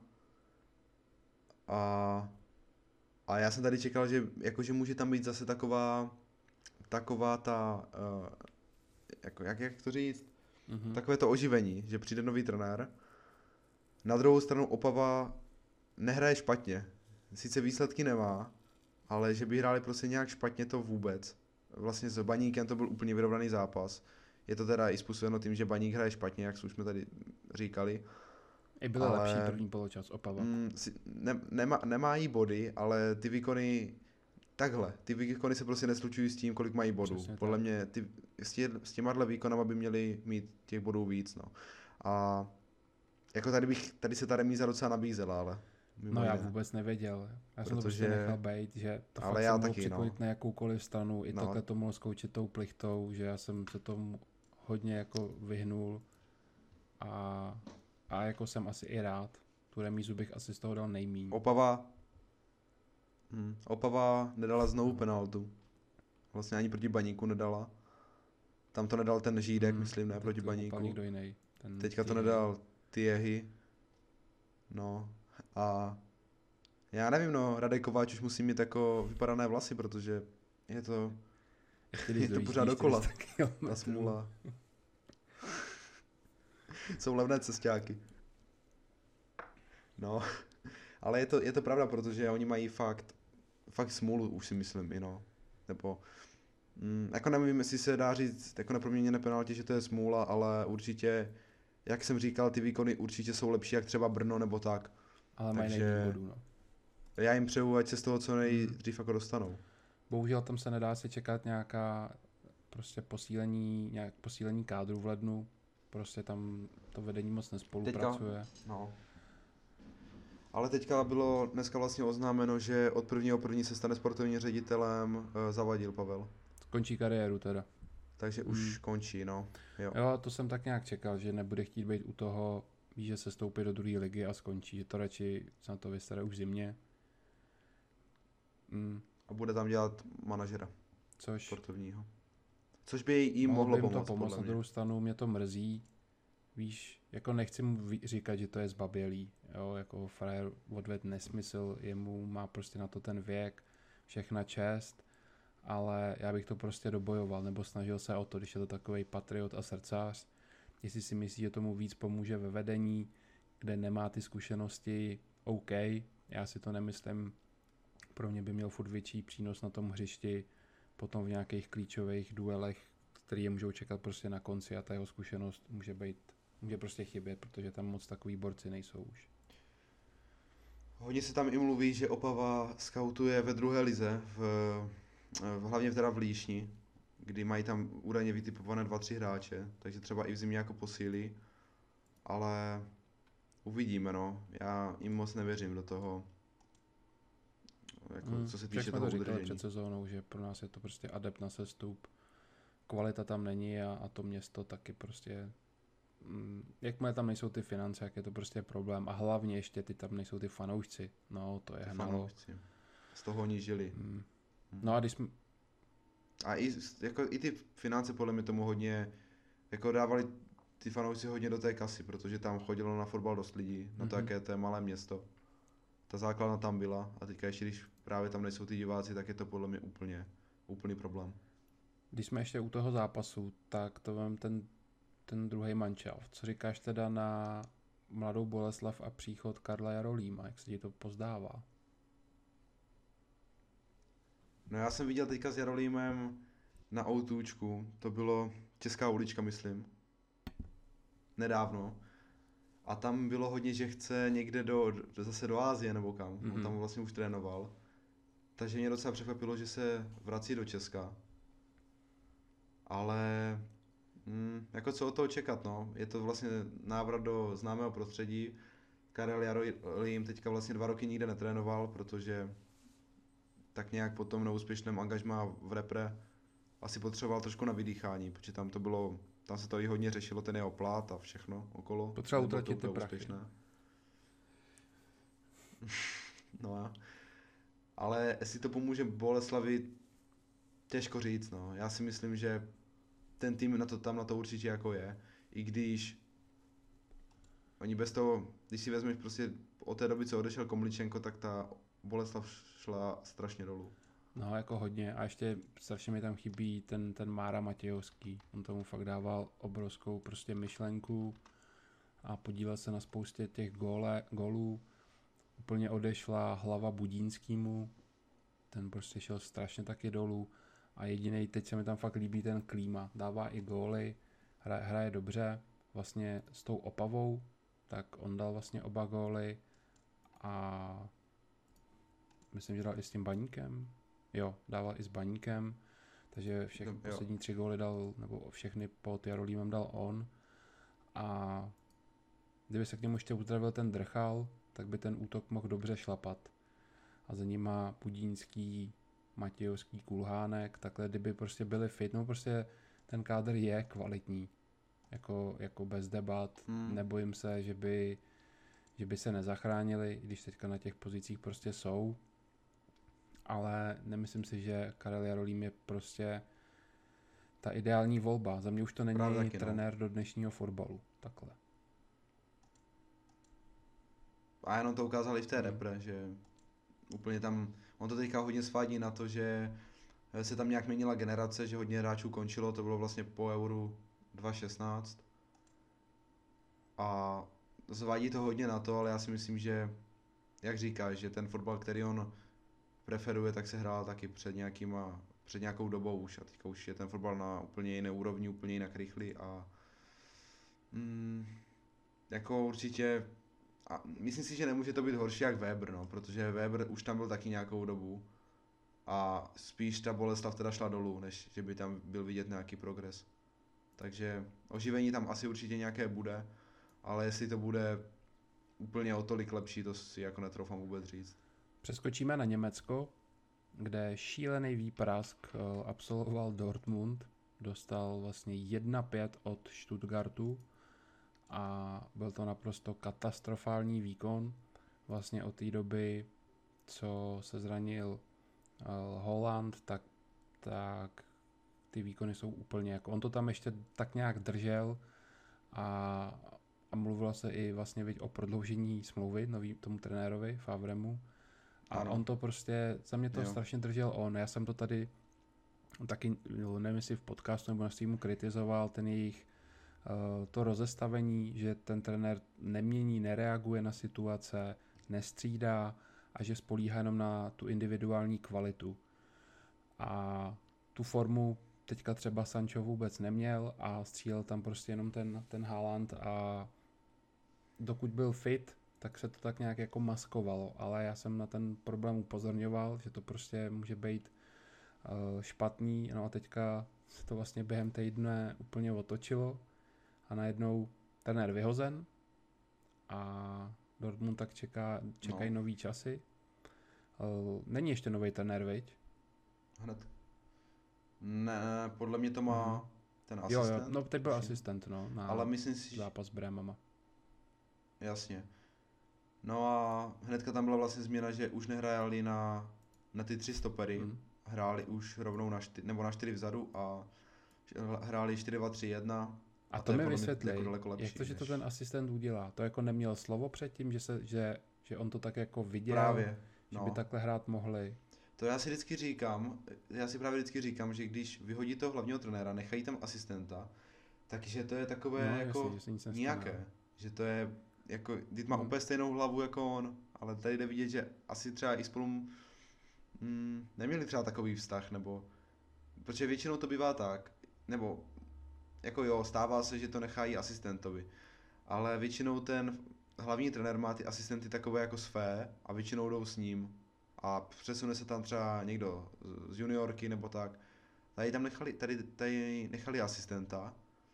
a, a já jsem tady čekal, že jakože může tam být zase taková, taková ta, uh, jako, jak, jak to říct, mm-hmm. takové to oživení, že přijde nový trenér. Na druhou stranu Opava nehraje špatně, sice výsledky nemá, ale že by hráli prostě nějak špatně, to vůbec. Vlastně s Baníkem to byl úplně vyrovnaný zápas. Je to teda i způsobeno tím, že Baník hraje špatně, jak už jsme tady říkali. I byl ale, lepší první poločas, Opava. Mm, ne, nema, nemají body, ale ty výkony, takhle, ty výkony se prostě neslučují s tím, kolik mají bodů. Přesně Podle tak. mě ty, s, tě, s těma výkonama by měli mít těch bodů víc, no. A jako tady, bych, tady se ta remíza docela nabízela, ale... No já vůbec nevěděl. Já jsem Protože... to prostě nechal bejt, že to ale fakt já se mohl připojit no. na jakoukoliv stranu. I no. takhle to mohl zkoučit tou plichtou, že já jsem se tomu hodně jako vyhnul. A, a jako jsem asi i rád. Tu remízu bych asi z toho dal nejmíň. Opava... Hmm. Opava nedala znovu penaltu. Vlastně ani proti Baníku nedala. Tam to nedal ten Žídek, hmm. myslím, ne proti Baníku. Někdo jiný. Ten Teďka to nedal Tiehy. No... A já nevím, no, Radek Kováč už musí mít jako vypadané vlasy, protože je to, je to pořád dokola, ta smůla. Jsou levné cestáky. No, ale je to, je to pravda, protože oni mají fakt, fakt smůlu, už si myslím, i no. Nebo, mm, jako nevím, jestli se dá říct, jako na proměněné penaltě, že to je smůla, ale určitě, jak jsem říkal, ty výkony určitě jsou lepší, jak třeba Brno nebo tak. Ale mají nejvíc bodů, no. Já jim přeju, ať se z toho co nejdřív jako dostanou. Bohužel tam se nedá se čekat nějaká prostě posílení, nějak posílení kádru v lednu. Prostě tam to vedení moc nespolupracuje. Teďka, no. Ale teďka bylo dneska vlastně oznámeno, že od prvního první se stane sportovním ředitelem uh, Zavadil Pavel. Končí kariéru teda. Takže hmm. už končí, no. Jo. jo, to jsem tak nějak čekal, že nebude chtít být u toho, ví, že se stoupí do druhé ligy a skončí, že to radši se na to vystane už v zimě. Mm. A bude tam dělat manažera. Což sportovního. Což by jim mohlo, mohlo pomoct. To pomoct na druhou stranu, mě to mrzí. Víš, jako nechci mu říkat, že to je zbabělý. Jo, jako frajer odved nesmysl, jemu má prostě na to ten věk, všechna čest, ale já bych to prostě dobojoval, nebo snažil se o to, když je to takovej patriot a srdcář. Jestli si myslí, že tomu víc pomůže ve vedení, kde nemá ty zkušenosti, OK, já si to nemyslím. Pro mě by měl furt větší přínos na tom hřišti, potom v nějakých klíčových duelech, který je můžou čekat prostě na konci a ta jeho zkušenost může být, může prostě chybět, protože tam moc takový borci nejsou už. Hodně se tam i mluví, že Opava skautuje ve druhé lize, v, v, hlavně teda v Líšni, kdy mají tam údajně vytipované dva, tři hráče, takže třeba i v zimě jako posílí, ale uvidíme, no. Já jim moc nevěřím do toho, jako, hmm, co se týče toho udržení. Říkali před sezónou, že pro nás je to prostě adept na sestup, kvalita tam není a, a to město taky prostě, mm, jakmile tam nejsou ty finance, jak je to prostě problém a hlavně ještě ty tam nejsou ty fanoušci, no to je ty hnalo. Fanoušci. Z toho oni žili. Hmm. No a když jsme... A i, jako, i ty finance podle mě tomu hodně, jako dávali ty fanoušci hodně do té kasy, protože tam chodilo na fotbal dost lidí, na to, mm-hmm. jaké to je malé město. Ta základna tam byla a teďka ještě, když právě tam nejsou ty diváci, tak je to podle mě úplně, úplný problém. Když jsme ještě u toho zápasu, tak to vem ten, ten druhý mančaft. Co říkáš teda na Mladou Boleslav a příchod Karla Jarolíma, jak se ti to pozdává? No já jsem viděl teďka s Jarolímem na autůčku, to bylo Česká ulička, myslím. nedávno. A tam bylo hodně, že chce někde do, do zase do Asie nebo kam. Mm-hmm. On tam vlastně už trénoval. Takže mě docela překvapilo, že se vrací do Česka. Ale mm, jako co od toho čekat, no. Je to vlastně návrat do známého prostředí. Karel Jarolím teďka vlastně dva roky nikde netrénoval, protože tak nějak po tom neúspěšném angažmá v repre asi potřeboval trošku na vydýchání, protože tam to bylo, tam se to i hodně řešilo, ten jeho plát a všechno okolo. Potřeboval utratit ty prachy. No a, ale jestli to pomůže Boleslavi, těžko říct, no. Já si myslím, že ten tým na to, tam na to určitě jako je, i když oni bez toho, když si vezmeš prostě od té doby, co odešel Komličenko, tak ta Boleslav šla strašně dolů. No, jako hodně. A ještě strašně mi tam chybí ten, ten Mára Matějovský. On tomu fakt dával obrovskou prostě myšlenku a podílel se na spoustě těch góle, gólů. Úplně odešla hlava Budínskýmu. Ten prostě šel strašně taky dolů. A jedinej, teď se mi tam fakt líbí ten Klíma. Dává i góly, hraje, hraje dobře. Vlastně s tou Opavou, tak on dal vlastně oba góly a myslím, že dal i s tím Baníkem. Jo, dával i s Baníkem, takže všech no, poslední tři góly dal, nebo všechny pod Jarolímem dal on. A kdyby se k němu ještě uzdravil ten Drchal, tak by ten útok mohl dobře šlapat. A za nima Pudínský, Matějovský, Kulhánek, takhle kdyby prostě byli fit, no prostě ten kádr je kvalitní. Jako, jako bez debat, hmm. nebojím se, že by, že by se nezachránili, když teďka na těch pozicích prostě jsou. Ale nemyslím si, že Karel Jarolím je prostě ta ideální volba. Za mě už to není taky, trenér no. do dnešního fotbalu. Takhle. A jenom to ukázali v té repre, že úplně tam, on to teďka hodně svádí na to, že se tam nějak měnila generace, že hodně hráčů končilo, to bylo vlastně po Euru dva tisíce šestnáct. A zvádí to hodně na to, ale já si myslím, že, jak říkáš, že ten fotbal, který on preferuje, tak se hrál taky před nějakýma, před nějakou dobou už a teďka už je ten fotbal na úplně jiné úrovni, úplně jinak rychlý a mm, jako určitě a myslím si, že nemůže to být horší jak Weber, no, protože Weber už tam byl taky nějakou dobu a spíš ta Boleslav teda šla dolů, než že by tam byl vidět nějaký progres. Takže oživení tam asi určitě nějaké bude, ale jestli to bude úplně o tolik lepší, to si jako netroufám vůbec říct. Přeskočíme na Německo, kde šílený výprask absolvoval Dortmund, dostal vlastně jedna pět od Stuttgartu a byl to naprosto katastrofální výkon. Vlastně od té doby, co se zranil Haaland, tak, tak ty výkony jsou úplně jako, on to tam ještě tak nějak držel a, a mluvilo se i vlastně o prodloužení smlouvy nový tomu trenérovi Favremu. A ano. On to prostě, za mě to jo. strašně držel on. Já jsem to tady taky, nevím jestli v podcastu nebo na streamu kritizoval, ten jejich uh, to rozestavení, že ten trenér nemění, nereaguje na situace, nestřídá a že spolíhá jenom na tu individuální kvalitu. A tu formu teďka třeba Sancho vůbec neměl a střílel tam prostě jenom ten, ten Haaland a dokud byl fit, tak se to tak nějak jako maskovalo, ale já jsem na ten problém upozorňoval, že to prostě může být uh, špatný, no a teďka se to vlastně během týdne úplně otočilo a najednou trenér vyhozen a Dortmund tak čeká, čekají no. nový časy. Uh, není ještě nový trenér, viď? Hned. Ne, podle mě to má mm. ten asistent. Jo, jo, no teď byl asistent, no, na ale myslím si, zápas s Brémama. Jasně. No a hnedka tam byla vlastně změna, že už nehráli na, na ty tři stopery, mm. hráli už rovnou na čtyři, nebo na čtyři vzadu a hráli čtyři dva tři jedna. A, a to, to mi vysvětlí, jako jak to, že to ten asistent udělá. To jako neměl slovo předtím, že, se, že, že on to tak jako viděl, právě, no. že by takhle hrát mohli. To já si vždycky říkám, já si právě vždycky říkám, že když vyhodí toho hlavního trenéra, nechají tam asistenta, takže to je takové no, jako jasný, že nějaké, že to je jako, když má hmm. úplně stejnou hlavu jako on, ale tady jde vidět, že asi třeba i spolu mm, neměli třeba takový vztah, nebo, protože většinou to bývá tak, nebo, jako jo, stává se, že to nechají asistentovi, ale většinou ten hlavní trenér má ty asistenty takové jako své a většinou jdou s ním a přesune se tam třeba někdo z juniorky nebo tak. Tady tam nechali, tady, tady nechali asistenta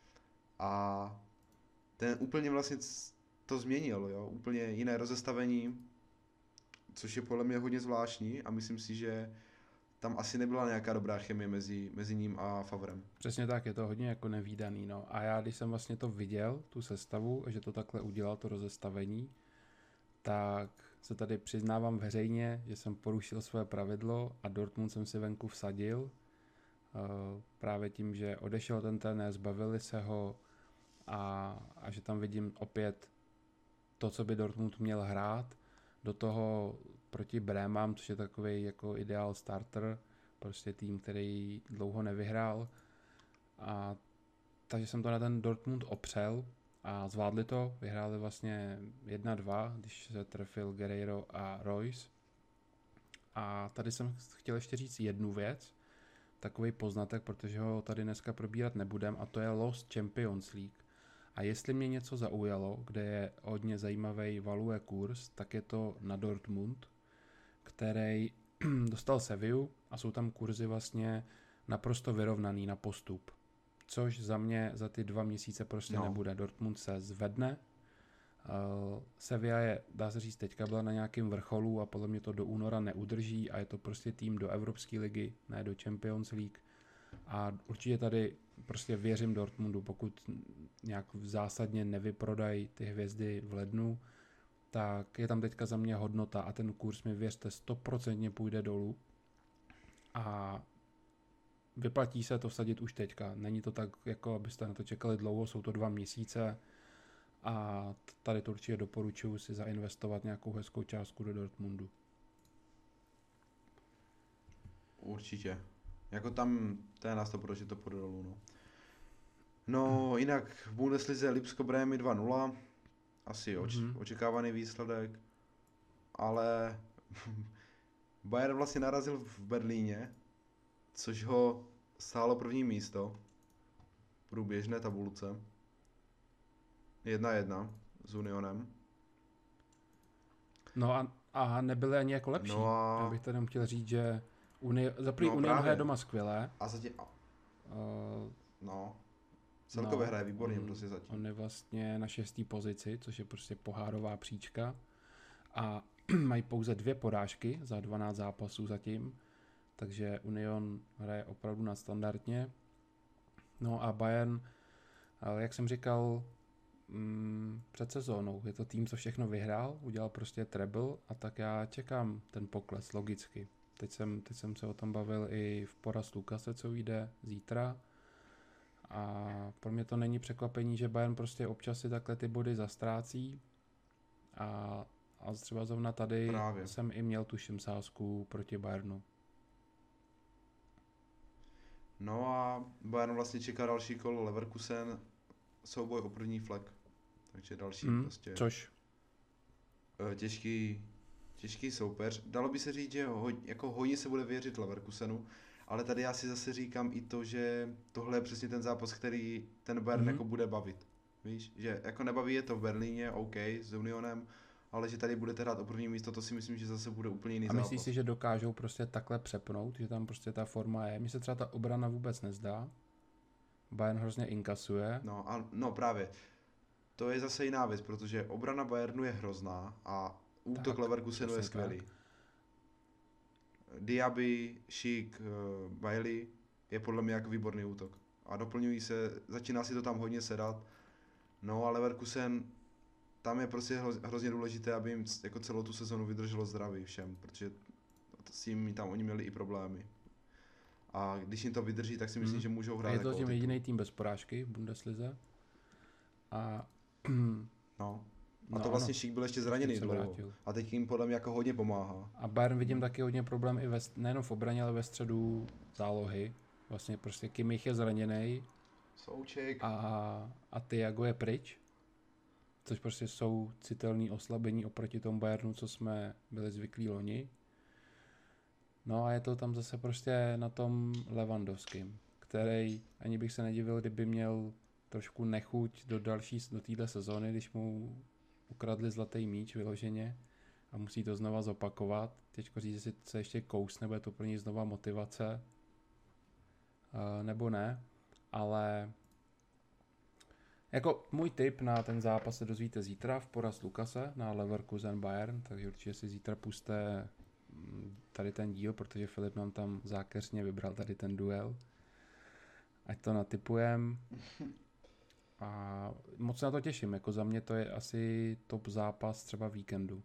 a ten úplně vlastně to změnil, jo? Úplně jiné rozestavení, což je podle mě hodně zvláštní a myslím si, že tam asi nebyla nějaká dobrá chemie mezi, mezi ním a Favrem. Přesně tak, je to hodně jako nevídaný, no. A já, když jsem vlastně to viděl, tu sestavu, že to takhle udělal, to rozestavení, tak se tady přiznávám veřejně, že jsem porušil své pravidlo a Dortmund jsem si venku vsadil. Uh, právě tím, že odešel ten trenér, zbavili se ho a, a že tam vidím opět to, co by Dortmund měl hrát, do toho proti Brémám, což je takový jako ideál starter, prostě tým, který dlouho nevyhrál. A takže jsem to na ten Dortmund opřel a zvládli to, vyhráli vlastně jedna dva, když se trefil Guerreiro a Royce. A tady jsem chtěl ještě říct jednu věc, takový poznatek, protože ho tady dneska probírat nebudem, a to je Lost Champions League. A jestli mě něco zaujalo, kde je hodně zajímavý value kurz, tak je to na Dortmund, který dostal Sevillu a jsou tam kurzy vlastně naprosto vyrovnaný na postup. Což za mě za ty dva měsíce prostě no. nebude. Dortmund se zvedne. Uh, Sevilla je, dá se říct, teďka byla na nějakém vrcholu a podle mě to do února neudrží a je to prostě tým do Evropské ligy, ne do Champions League. A určitě tady prostě věřím Dortmundu, pokud nějak zásadně nevyprodají ty hvězdy v lednu, tak je tam teďka za mě hodnota a ten kurz mi věřte stoprocentně půjde dolů a vyplatí se to vsadit už teďka. Není to tak, jako abyste na to čekali dlouho, jsou to dva měsíce a tady to určitě doporučuji si zainvestovat nějakou hezkou částku do Dortmundu. Určitě. Jako tam, to je na sto procent, že to půjde dolů, no. No, jinak v Bundeslize Lipsko Brémy dva nula, asi oč, mm-hmm. očekávaný výsledek, ale Bayern vlastně narazil v Berlíně, což ho stálo první místo v průběžné tabulce. jedna jedna s Unionem. No a, a nebyly ani jako lepší. No a... Já bych tady chtěl říct, že Uni... za první no, Union hraje doma skvěle. A zatím... Uh, no... no, Celkově hraje výborně, on, prostě zatím. On je vlastně na šestý pozici, což je prostě pohárová příčka. A mají pouze dvě porážky za dvanáct zápasů zatím. Takže Union hraje opravdu nadstandardně. No a Bayern, jak jsem říkal mm, před sezónou, je to tým, co všechno vyhrál, udělal prostě treble a tak já čekám ten pokles logicky. Teď jsem, teď jsem se o tom bavil i v poraz Lukase, co vyjde zítra. A pro mě to není překvapení, že Bayern prostě občas si takhle ty body zastrácí a, a třeba zrovna tady Právě. jsem i měl tuším sázku proti Bayernu. No a Bayern vlastně čeká další kolo Leverkusen, souboj o první flag, takže další mm, prostě což? Těžký, těžký soupeř. Dalo by se říct, že ho, jako hodně se bude věřit Leverkusenu, ale tady já si zase říkám i to, že tohle je přesně ten zápas, který ten Bayern mm-hmm. jako bude bavit. Víš, že jako nebaví je to v Berlíně, OK, s Unionem, ale že tady budete hrát o první místo, to si myslím, že zase bude úplně jiný a zápas. A myslíš si, že dokážou prostě takhle přepnout, že tam prostě ta forma je? Mně se třeba ta obrana vůbec nezdá. Bayern hrozně inkasuje. No, a, no právě. To je zase jiná věc, protože obrana Bayernu je hrozná a útok Leverkusenu je skvělý. Tak. Diaby, Schick, uh, Bailey je podle mě jako výborný útok. A doplňují se, začíná si to tam hodně sedat. No a Leverkusen, tam je prostě hro, hrozně důležité, aby jim jako celou tu sezonu vydrželo zdraví všem, protože s tím tam oni měli i problémy. A když jim to vydrží, tak si myslím, hmm. že můžou hrát. A je to jako tím jediný tým bez porážky v Bundeslize. A no. A to no, vlastně Schick byl ještě zraněný dlouho. A teď jim podle mě jako hodně pomáhá. A Bayern vidím taky hodně problém i ve, nejenom v obraně, ale ve středu zálohy. Vlastně prostě Kimmich je zraněný. Souček. A, a Thiago je pryč. Což prostě jsou citelné oslabení oproti tomu Bayernu, co jsme byli zvyklí loni. No a je to tam zase prostě na tom Lewandowským, který ani bych se nedivil, kdyby měl trošku nechuť do další, do téhle sezóny, když mu ukradli zlatý míč vyloženě a musí to znova zopakovat. Těžko říct, jestli se ještě kousne, bude to pro něj znova motivace, uh, nebo ne, ale jako můj tip na ten zápas se dozvíte zítra v poraz Lukase na Leverkusen Bayern, takže určitě si zítra puste tady ten díl, protože Filip nám tam zákeřně vybral tady ten duel. Ať to natypujem. A moc se na to těším, jako za mě to je asi top zápas třeba víkendu.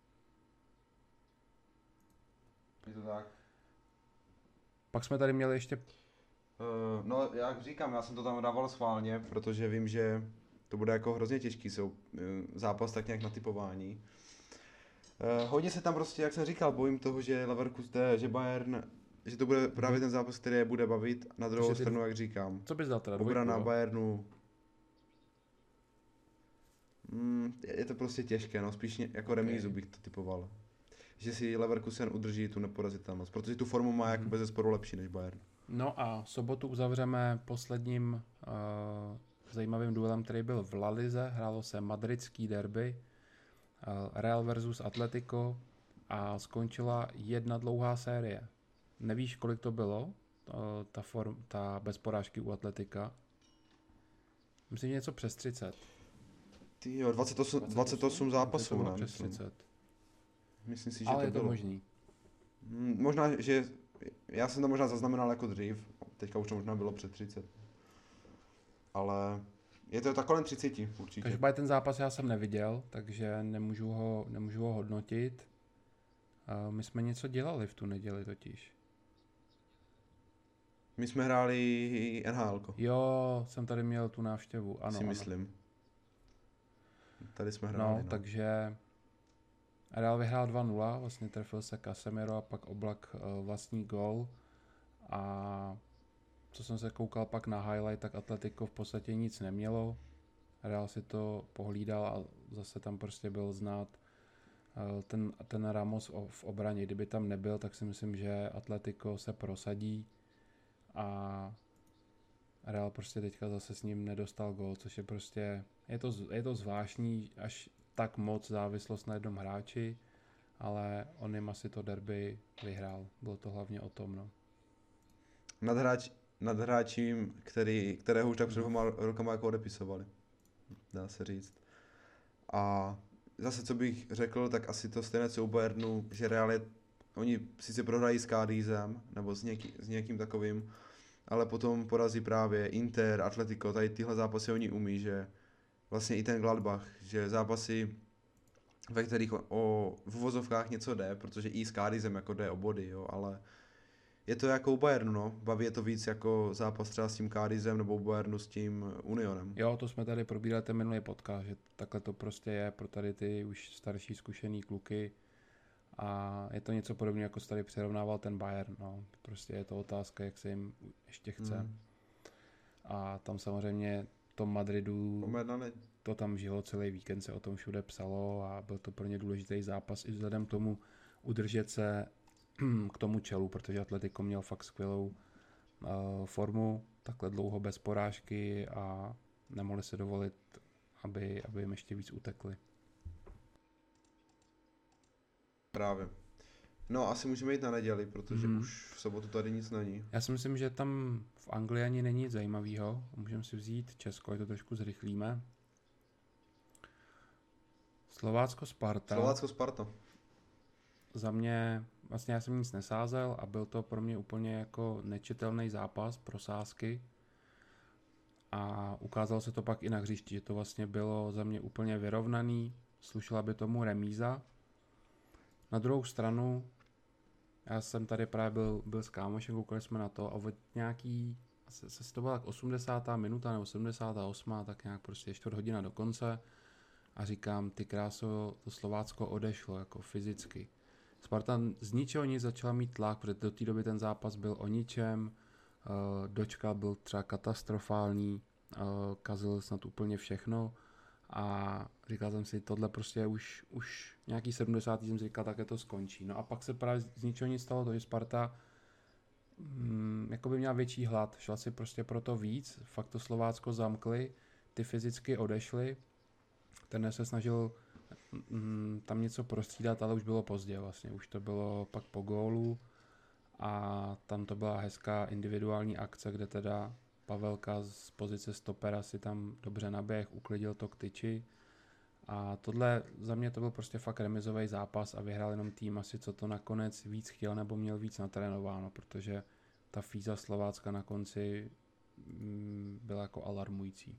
Je to tak? Pak jsme tady měli ještě... Uh, no, jak říkám, já jsem to tam dával schválně, protože vím, že to bude jako hrozně těžký jsou, uh, zápas tak nějak na typování. Uh, hodně se tam prostě, jak jsem říkal, bojím toho, že Leverkusen, že Bayern, že to bude právě ten zápas, který je bude bavit. Na druhou stranu, jak říkám, co bys dal teda? obrana Bayernu, mm, je to prostě těžké, no, spíš jako okay. remízu bych to typoval. Že si Leverkusen udrží tu neporazitelnost, protože tu formu má jako bezesporu lepší než Bayern. No a sobotu uzavřeme posledním uh, zajímavým duelem, který byl v La Lize. Hrálo se madridský derby, uh, Real versus Atletico a skončila jedna dlouhá série. Nevíš, kolik to bylo, uh, ta, form, ta bez porážky u Atletika? Myslím, že něco přes třicet. Ty jo, dvacet osm, dvacet osm zápasů, ne? Přes třicet. Myslím si, že ale to je to bylo. možný. Možná, že já jsem to možná zaznamenal jako dřív, teďka už to možná bylo před třicet. Ale je to tak kolem třicet určitě. Takže ten zápas já jsem neviděl, takže nemůžu ho, nemůžu ho hodnotit. Uh, my jsme něco dělali v tu neděli totiž. My jsme hráli N H L ko. Jo, jsem tady měl tu návštěvu, ano. Si ano. myslím. Tady jsme hráli. No, no. takže Real vyhrál dva nula, vlastně trefil se Casemiro a pak Oblak uh, vlastní gól. A co jsem se koukal pak na highlight, tak Atletico v podstatě nic nemělo. Real si to pohlídal a zase tam prostě byl znát uh, ten, ten Ramos v obraně. Kdyby tam nebyl, tak si myslím, že Atletico se prosadí a Real prostě teďka zase s ním nedostal gól, což je prostě, je to, je to zvláštní, až tak moc závislost na jednom hráči, ale on jim asi to derby vyhrál. Bylo to hlavně o tom, no. Nad, hráč, nad hráčím, který, kterého už tak před dvěma rokama jako odepisovali, dá se říct. A zase, co bych řekl, tak asi to stejné, co u Bayernu, že Real je, oni sice prohrají s Cádizem, nebo s, něký, s někým takovým, ale potom porazí právě Inter, Atletico, tady tyhle zápasy oni umí, že vlastně i ten Gladbach, že zápasy, ve kterých o, o v uvozovkách něco jde, protože i s Cádizem jako jde o body, jo, ale je to jako u Bayernu, no, baví je to víc jako zápas třeba s tím Cádizem nebo u Bayernu s tím Unionem. Jo, to jsme tady probírali ten minulý podcast, že takhle to prostě je pro tady ty už starší zkušený kluky a je to něco podobného, jako se tady přirovnával ten Bayern, no, prostě je to otázka, jak se jim ještě chce. Hmm. A tam samozřejmě tom Madridu, to tam žilo celý víkend, se o tom všude psalo a byl to pro ně důležitý zápas i vzhledem k tomu udržet se k tomu čelu, protože Atletico měl fakt skvělou uh, formu, takhle dlouho bez porážky a nemohli se dovolit, aby, aby jim ještě víc utekli. Právě. No, asi můžeme jít na neděli, protože hmm. už v sobotu tady nic není. Já si myslím, že tam v Anglii ani není nic zajímavého. Můžeme si vzít Česko, ať to trošku zrychlíme. Slovácko-Sparta. Slovácko-Sparta. Za mě, vlastně já jsem nic nesázel a byl to pro mě úplně jako nečitelný zápas pro sázky. A ukázalo se to pak i na hřišti, že to vlastně bylo za mě úplně vyrovnaný. Slušela by tomu remíza. Na druhou stranu, já jsem tady právě byl, byl s kámošem, koukali jsme na to a od nějaký, se, se to byla tak osmdesátá minuta nebo sedmdesátá osmá tak nějak prostě čtvrt hodina do konce a říkám, ty kráso, to Slovácko odešlo jako fyzicky. Sparta z ničeho nic začala mít tlak, protože do té doby ten zápas byl o ničem, dočka byl třeba katastrofální, kazil snad úplně všechno a říkal jsem si, tohle prostě už, už nějaký sedmdesátý jsem si říkal, také to skončí. No a pak se právě z ničeho nic stalo to, že Sparta mm, jako by měla větší hlad, šla si prostě pro to víc, fakt to Slovácko zamkli, ty fyzicky odešli, ten se snažil mm, tam něco prostřídat, ale už bylo pozdě vlastně, už to bylo pak po gólu a tam to byla hezká individuální akce, kde teda Pavelka z pozice stopera si tam dobře naběh, uklidil to k tyči a tohle za mě to byl prostě fakt remizový zápas a vyhrál jenom tým asi, co to nakonec víc chtěl nebo měl víc natrénováno, protože ta fíza Slovácka na konci mm, byla jako alarmující.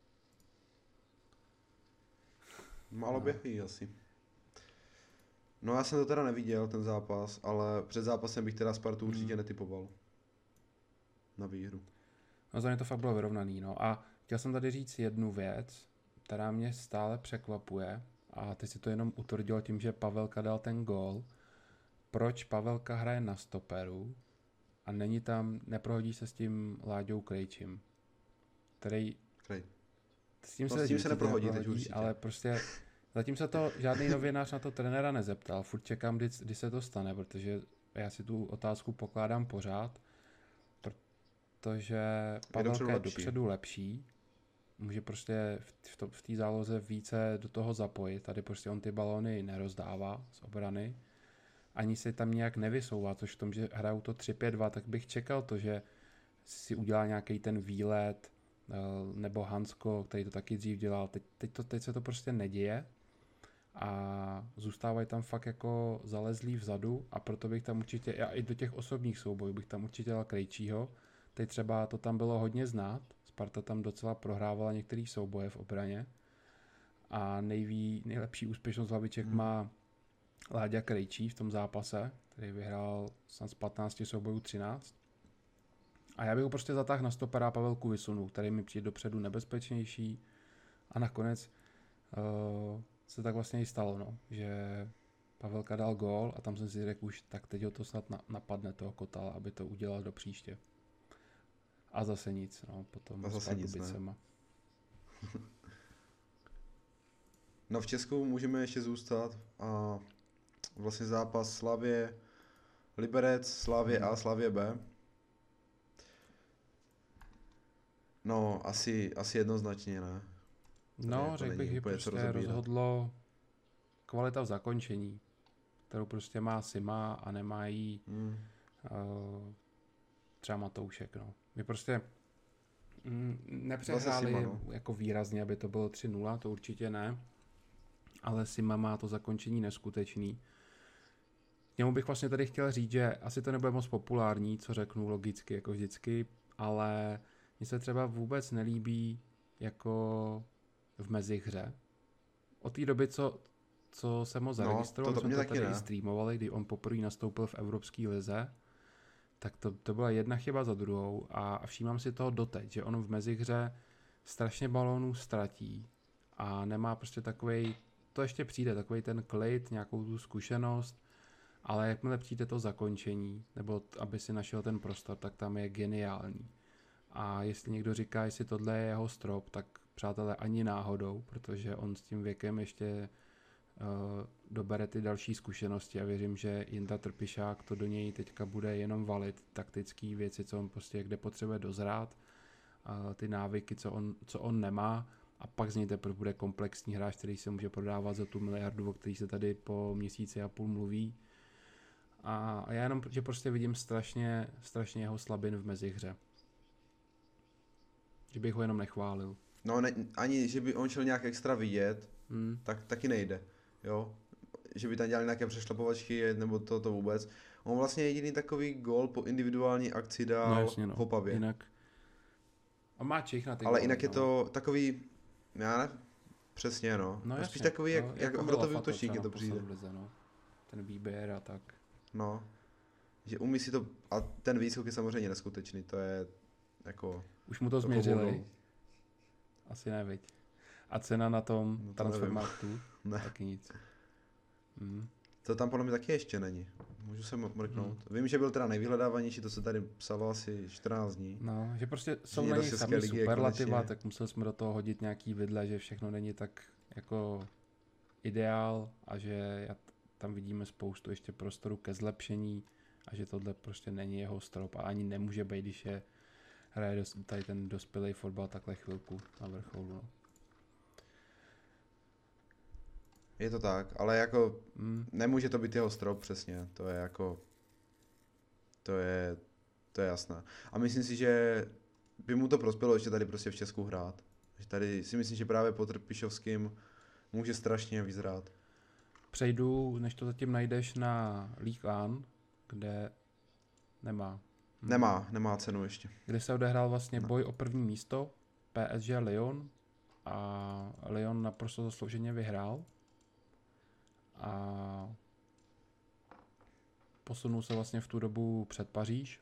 Málo no. běhý asi. No já jsem to teda neviděl, ten zápas, ale před zápasem bych teda Spartu určitě hmm. netypoval na výhru. No za mě to fakt bylo vyrovnaný, no a chtěl jsem tady říct jednu věc, která mě stále překvapuje a teď si to jenom utvrdilo tím, že Pavelka dal ten gól. Proč Pavelka hraje na stoperu a není tam, neprohodí se s tím Láďou Krejčím, který... Krej. S tím no, se, s tím se neprohodí, neprohodí teď určitě. Ale prostě zatím se to žádný novinář na to trenéra nezeptal. Furt čekám, kdy, kdy se to stane, protože já si tu otázku pokládám pořád, protože Pavelka je dopředu lepší, může prostě v, to, v té záloze více do toho zapojit. Tady prostě on ty balony nerozdává z obrany. Ani se tam nějak nevysouvá, což v tom, že hrajou to tři pět dva, tak bych čekal to, že si udělá nějaký ten výlet, nebo Hansko, který to taky dřív dělal. Teď, teď, to, teď se to prostě neděje a zůstávají tam fakt jako zalezlí vzadu a proto bych tam určitě, já i do těch osobních soubojů bych tam určitě dal Krejčího. Teď třeba to tam bylo hodně znát, Sparta tam docela prohrávala některý souboje v obraně a nejví, nejlepší úspěšnost hlaviček hmm. má Láďa Krejčí v tom zápase, který vyhrál snad z patnácti soubojů třináct. A já bych ho prostě zatáhl na stopera Pavelku vysunul, který mi přijde dopředu nebezpečnější a nakonec uh, se tak vlastně i stalo, no, že Pavelka dal gól a tam jsem si řekl už, tak teď ho to snad napadne toho Kotala, aby to udělal do příště. A zase nic, no, potom s Pardubicema. No v Česku můžeme ještě zůstat a vlastně zápas Slavie Liberec, Slavie A, Slavie B. No, asi, asi jednoznačně, ne? No, řekl bych, že prostě rozhodlo kvalita v zakončení, kterou prostě má Sima a nemá jí hmm. uh, třeba Matoušek, no. My prostě mm, nepřehráli Sima, no. jako výrazně, aby to bylo tři nula, to určitě ne, ale Sima má to zakončení neskutečný. K němu bych vlastně tady chtěl říct, že asi to nebude moc populární, co řeknu logicky, jako vždycky, ale mně se třeba vůbec nelíbí jako v mezihře. Od té doby, co, co jsem ho zaregistroval, no, to, to jsme to tady ne. i streamovali, kdy on poprvé nastoupil v Evropské lize, tak to, to byla jedna chyba za druhou a, a všímám si toho doteď, že on v mezihře strašně balónů ztratí a nemá prostě takovej, to ještě přijde, takovej ten klid, nějakou tu zkušenost, ale jakmile přijde to zakončení, nebo aby si našel ten prostor, tak tam je geniální. A jestli někdo říká, jestli tohle je jeho strop, tak přátelé ani náhodou, protože on s tím věkem ještě uh, dobere ty další zkušenosti a věřím, že Jindra Trpišák to do něj teďka bude jenom valit, taktické věci, co on prostě kde potřebuje dozrát, uh, ty návyky, co on, co on nemá a pak z něj teprve bude komplexní hráč, který se může prodávat za tu miliardu, o který se tady po měsíci a půl mluví. A, a já jenom, že prostě vidím strašně, strašně jeho slabin v mezihře. Že bych ho jenom nechválil. No ne, ani, že by on šel nějak extra vidět, hmm. tak taky nejde, jo. Že by tam dělali nějaké přešlapovačky, nebo to, to vůbec. On vlastně jediný takový gól po individuální akci dal no, jasně, no. v Opavě. Jinak. A má čich na ty Ale góly, jinak no. je to takový, já ne, přesně no. No to jasně, spíš takový, jak, no, jak hrotový útočník je to přijde. Lize, no. Ten výběr a tak. No, že umí si to, a ten výskok je samozřejmě neskutečný, to je jako... Už mu to změřili. Asi ne, viď. A cena na tom no to transfermarktu? Ne. Taky nic. Mm. To tam podle mě taky ještě není. Můžu se mrknout. Mm. Vím, že byl teda nejvyhledávanější, to se tady psalo asi čtrnáct dní. No, že prostě jsou na něj sami superlativa, tak museli jsme do toho hodit nějaký vidle, že všechno není tak jako ideál a že tam vidíme spoustu ještě prostoru ke zlepšení a že tohle prostě není jeho strop a ani nemůže být, když je hraje dos, tady ten dospělý fotbal takhle chvilku na vrcholu. No. Je to tak, ale jako Mm. nemůže to být jeho strop přesně, to je jako, to je, to je jasné. A myslím si, že by mu to prospělo ještě tady prostě v Česku hrát. Že tady si myslím, že právě po Trpišovským může strašně vyzrát. Přejdu, než to zatím najdeš, na League One, kde nemá. Hm. Nemá, nemá cenu ještě. Kde se odehrál vlastně No. boj o první místo P S G Lyon a Lyon naprosto zaslouženě vyhrál a posunul se vlastně v tu dobu před Paříž.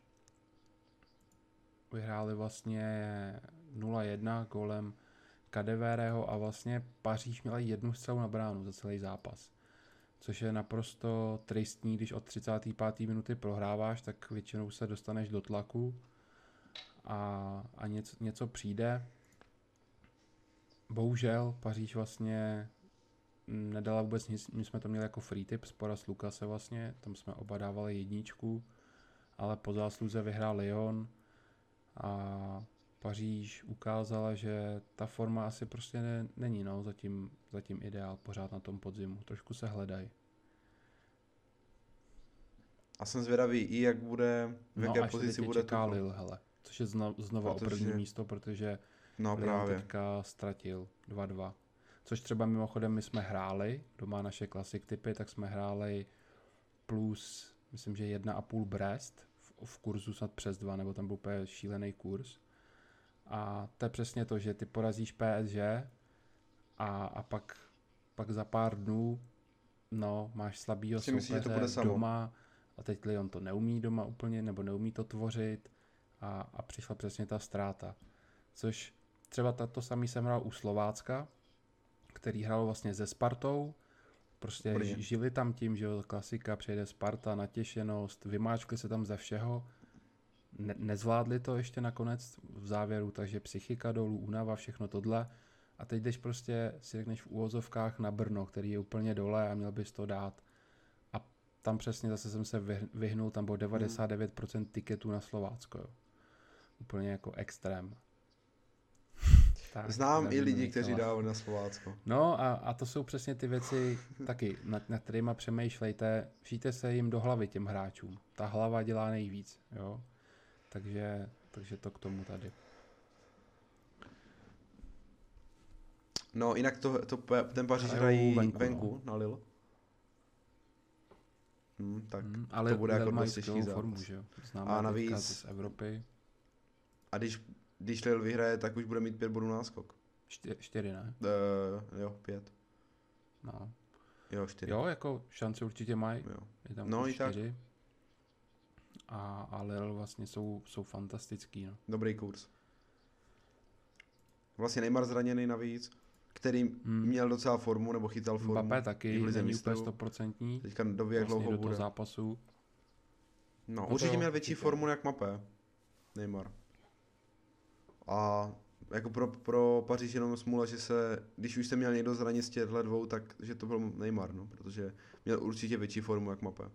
Vyhráli vlastně nula jedna gólem Kadevéreho a vlastně Paříž měla jednu střelu na bránu za celý zápas. Což je naprosto tristní, když od třicáté páté minuty prohráváš, tak většinou se dostaneš do tlaku a, a něco, něco přijde. Bohužel Paříž vlastně nedala vůbec nic, my jsme to měli jako free tip z Poraz Lukase vlastně, tam jsme oba dávali jedničku, ale po zásluze vyhrál Lyon a Paříž ukázala, že ta forma asi prostě ne, není no, zatím, zatím ideál pořád na tom podzimu, trošku se hledají. A jsem zvědavý i jak bude, v jaké no, pozici bude bude čeká Tuchel. Lille, hele, což je zno, znova Protože- o první místo, protože No Lyon právě. teďka ztratil dva dva. Což třeba mimochodem my jsme hráli, kdo má naše klasik typy, tak jsme hráli plus, myslím, že jedna a půl Brest v, v kurzu snad přes dva, nebo tam byl úplně šílený kurz. A to je přesně to, že ty porazíš P S G a, a pak, pak za pár dnů no, máš slabýho Si myslíš, že to soupeře bude samo? doma a teď Lyon to neumí doma úplně, nebo neumí to tvořit a, a přišla přesně ta ztráta. Což třeba to samý jsem hrál u Slovácka, který hrál vlastně se Spartou, prostě Brně. ž- žili tam tím, že jo, klasika, přijede Sparta, natěšenost, vymáčkli se tam ze všeho, ne- nezvládli to ještě nakonec v závěru, takže psychika dolů, únava, všechno tohle a teď jdeš prostě, si řekneš v úvozovkách na Brno, který je úplně dole a měl bys to dát a tam přesně zase jsem se vyh- vyhnul, tam bylo devadesát devět procent tiketů na Slovácko, jo. Úplně jako extrém. Tak, Znám i zavíme lidi, Michala. kteří dávali na Slovácko. No a, a to jsou přesně ty věci taky, nad, nad kterýma přemýšlejte, vžijte se jim do hlavy těm hráčům. Ta hlava dělá nejvíc, jo. Takže, takže to k tomu tady. No jinak to, to pe- ten Paříž Hrajou hrají venku, venku, no. venku na Lille. Hmm, tak Hmm, ale to bude jako mají dost těžký skvělou zápas. formu, že jo. Známe A teďka navíc- z Evropy. A když, když Lille vyhraje, tak už bude mít pět bodů náskok. Čty, čtyři, ne? Uh, jo, pět. No. Jo, čtyři. Jo, jako šance určitě mají. Jo. Je tam No, no, i tak. čtyři. A, a Lille vlastně jsou, jsou fantastický, no. Dobrý kurz. Vlastně Neymar zraněný navíc, který Hmm. měl docela formu, nebo chytal formu. Mbappé i taky, v Lize není mistrů. úplně stoprocentní. Teďka doví, jak Vlastně dlouho do toho bude. zápasu. No, No určitě to měl větší určitě. formu jak Mbappé. Neymar. A jako pro, pro Paříž jenom smůla, že se, když už se měl někdo zranit z těchto dvou, tak že to byl Neymar, no, protože měl určitě větší formu jak Mbappé.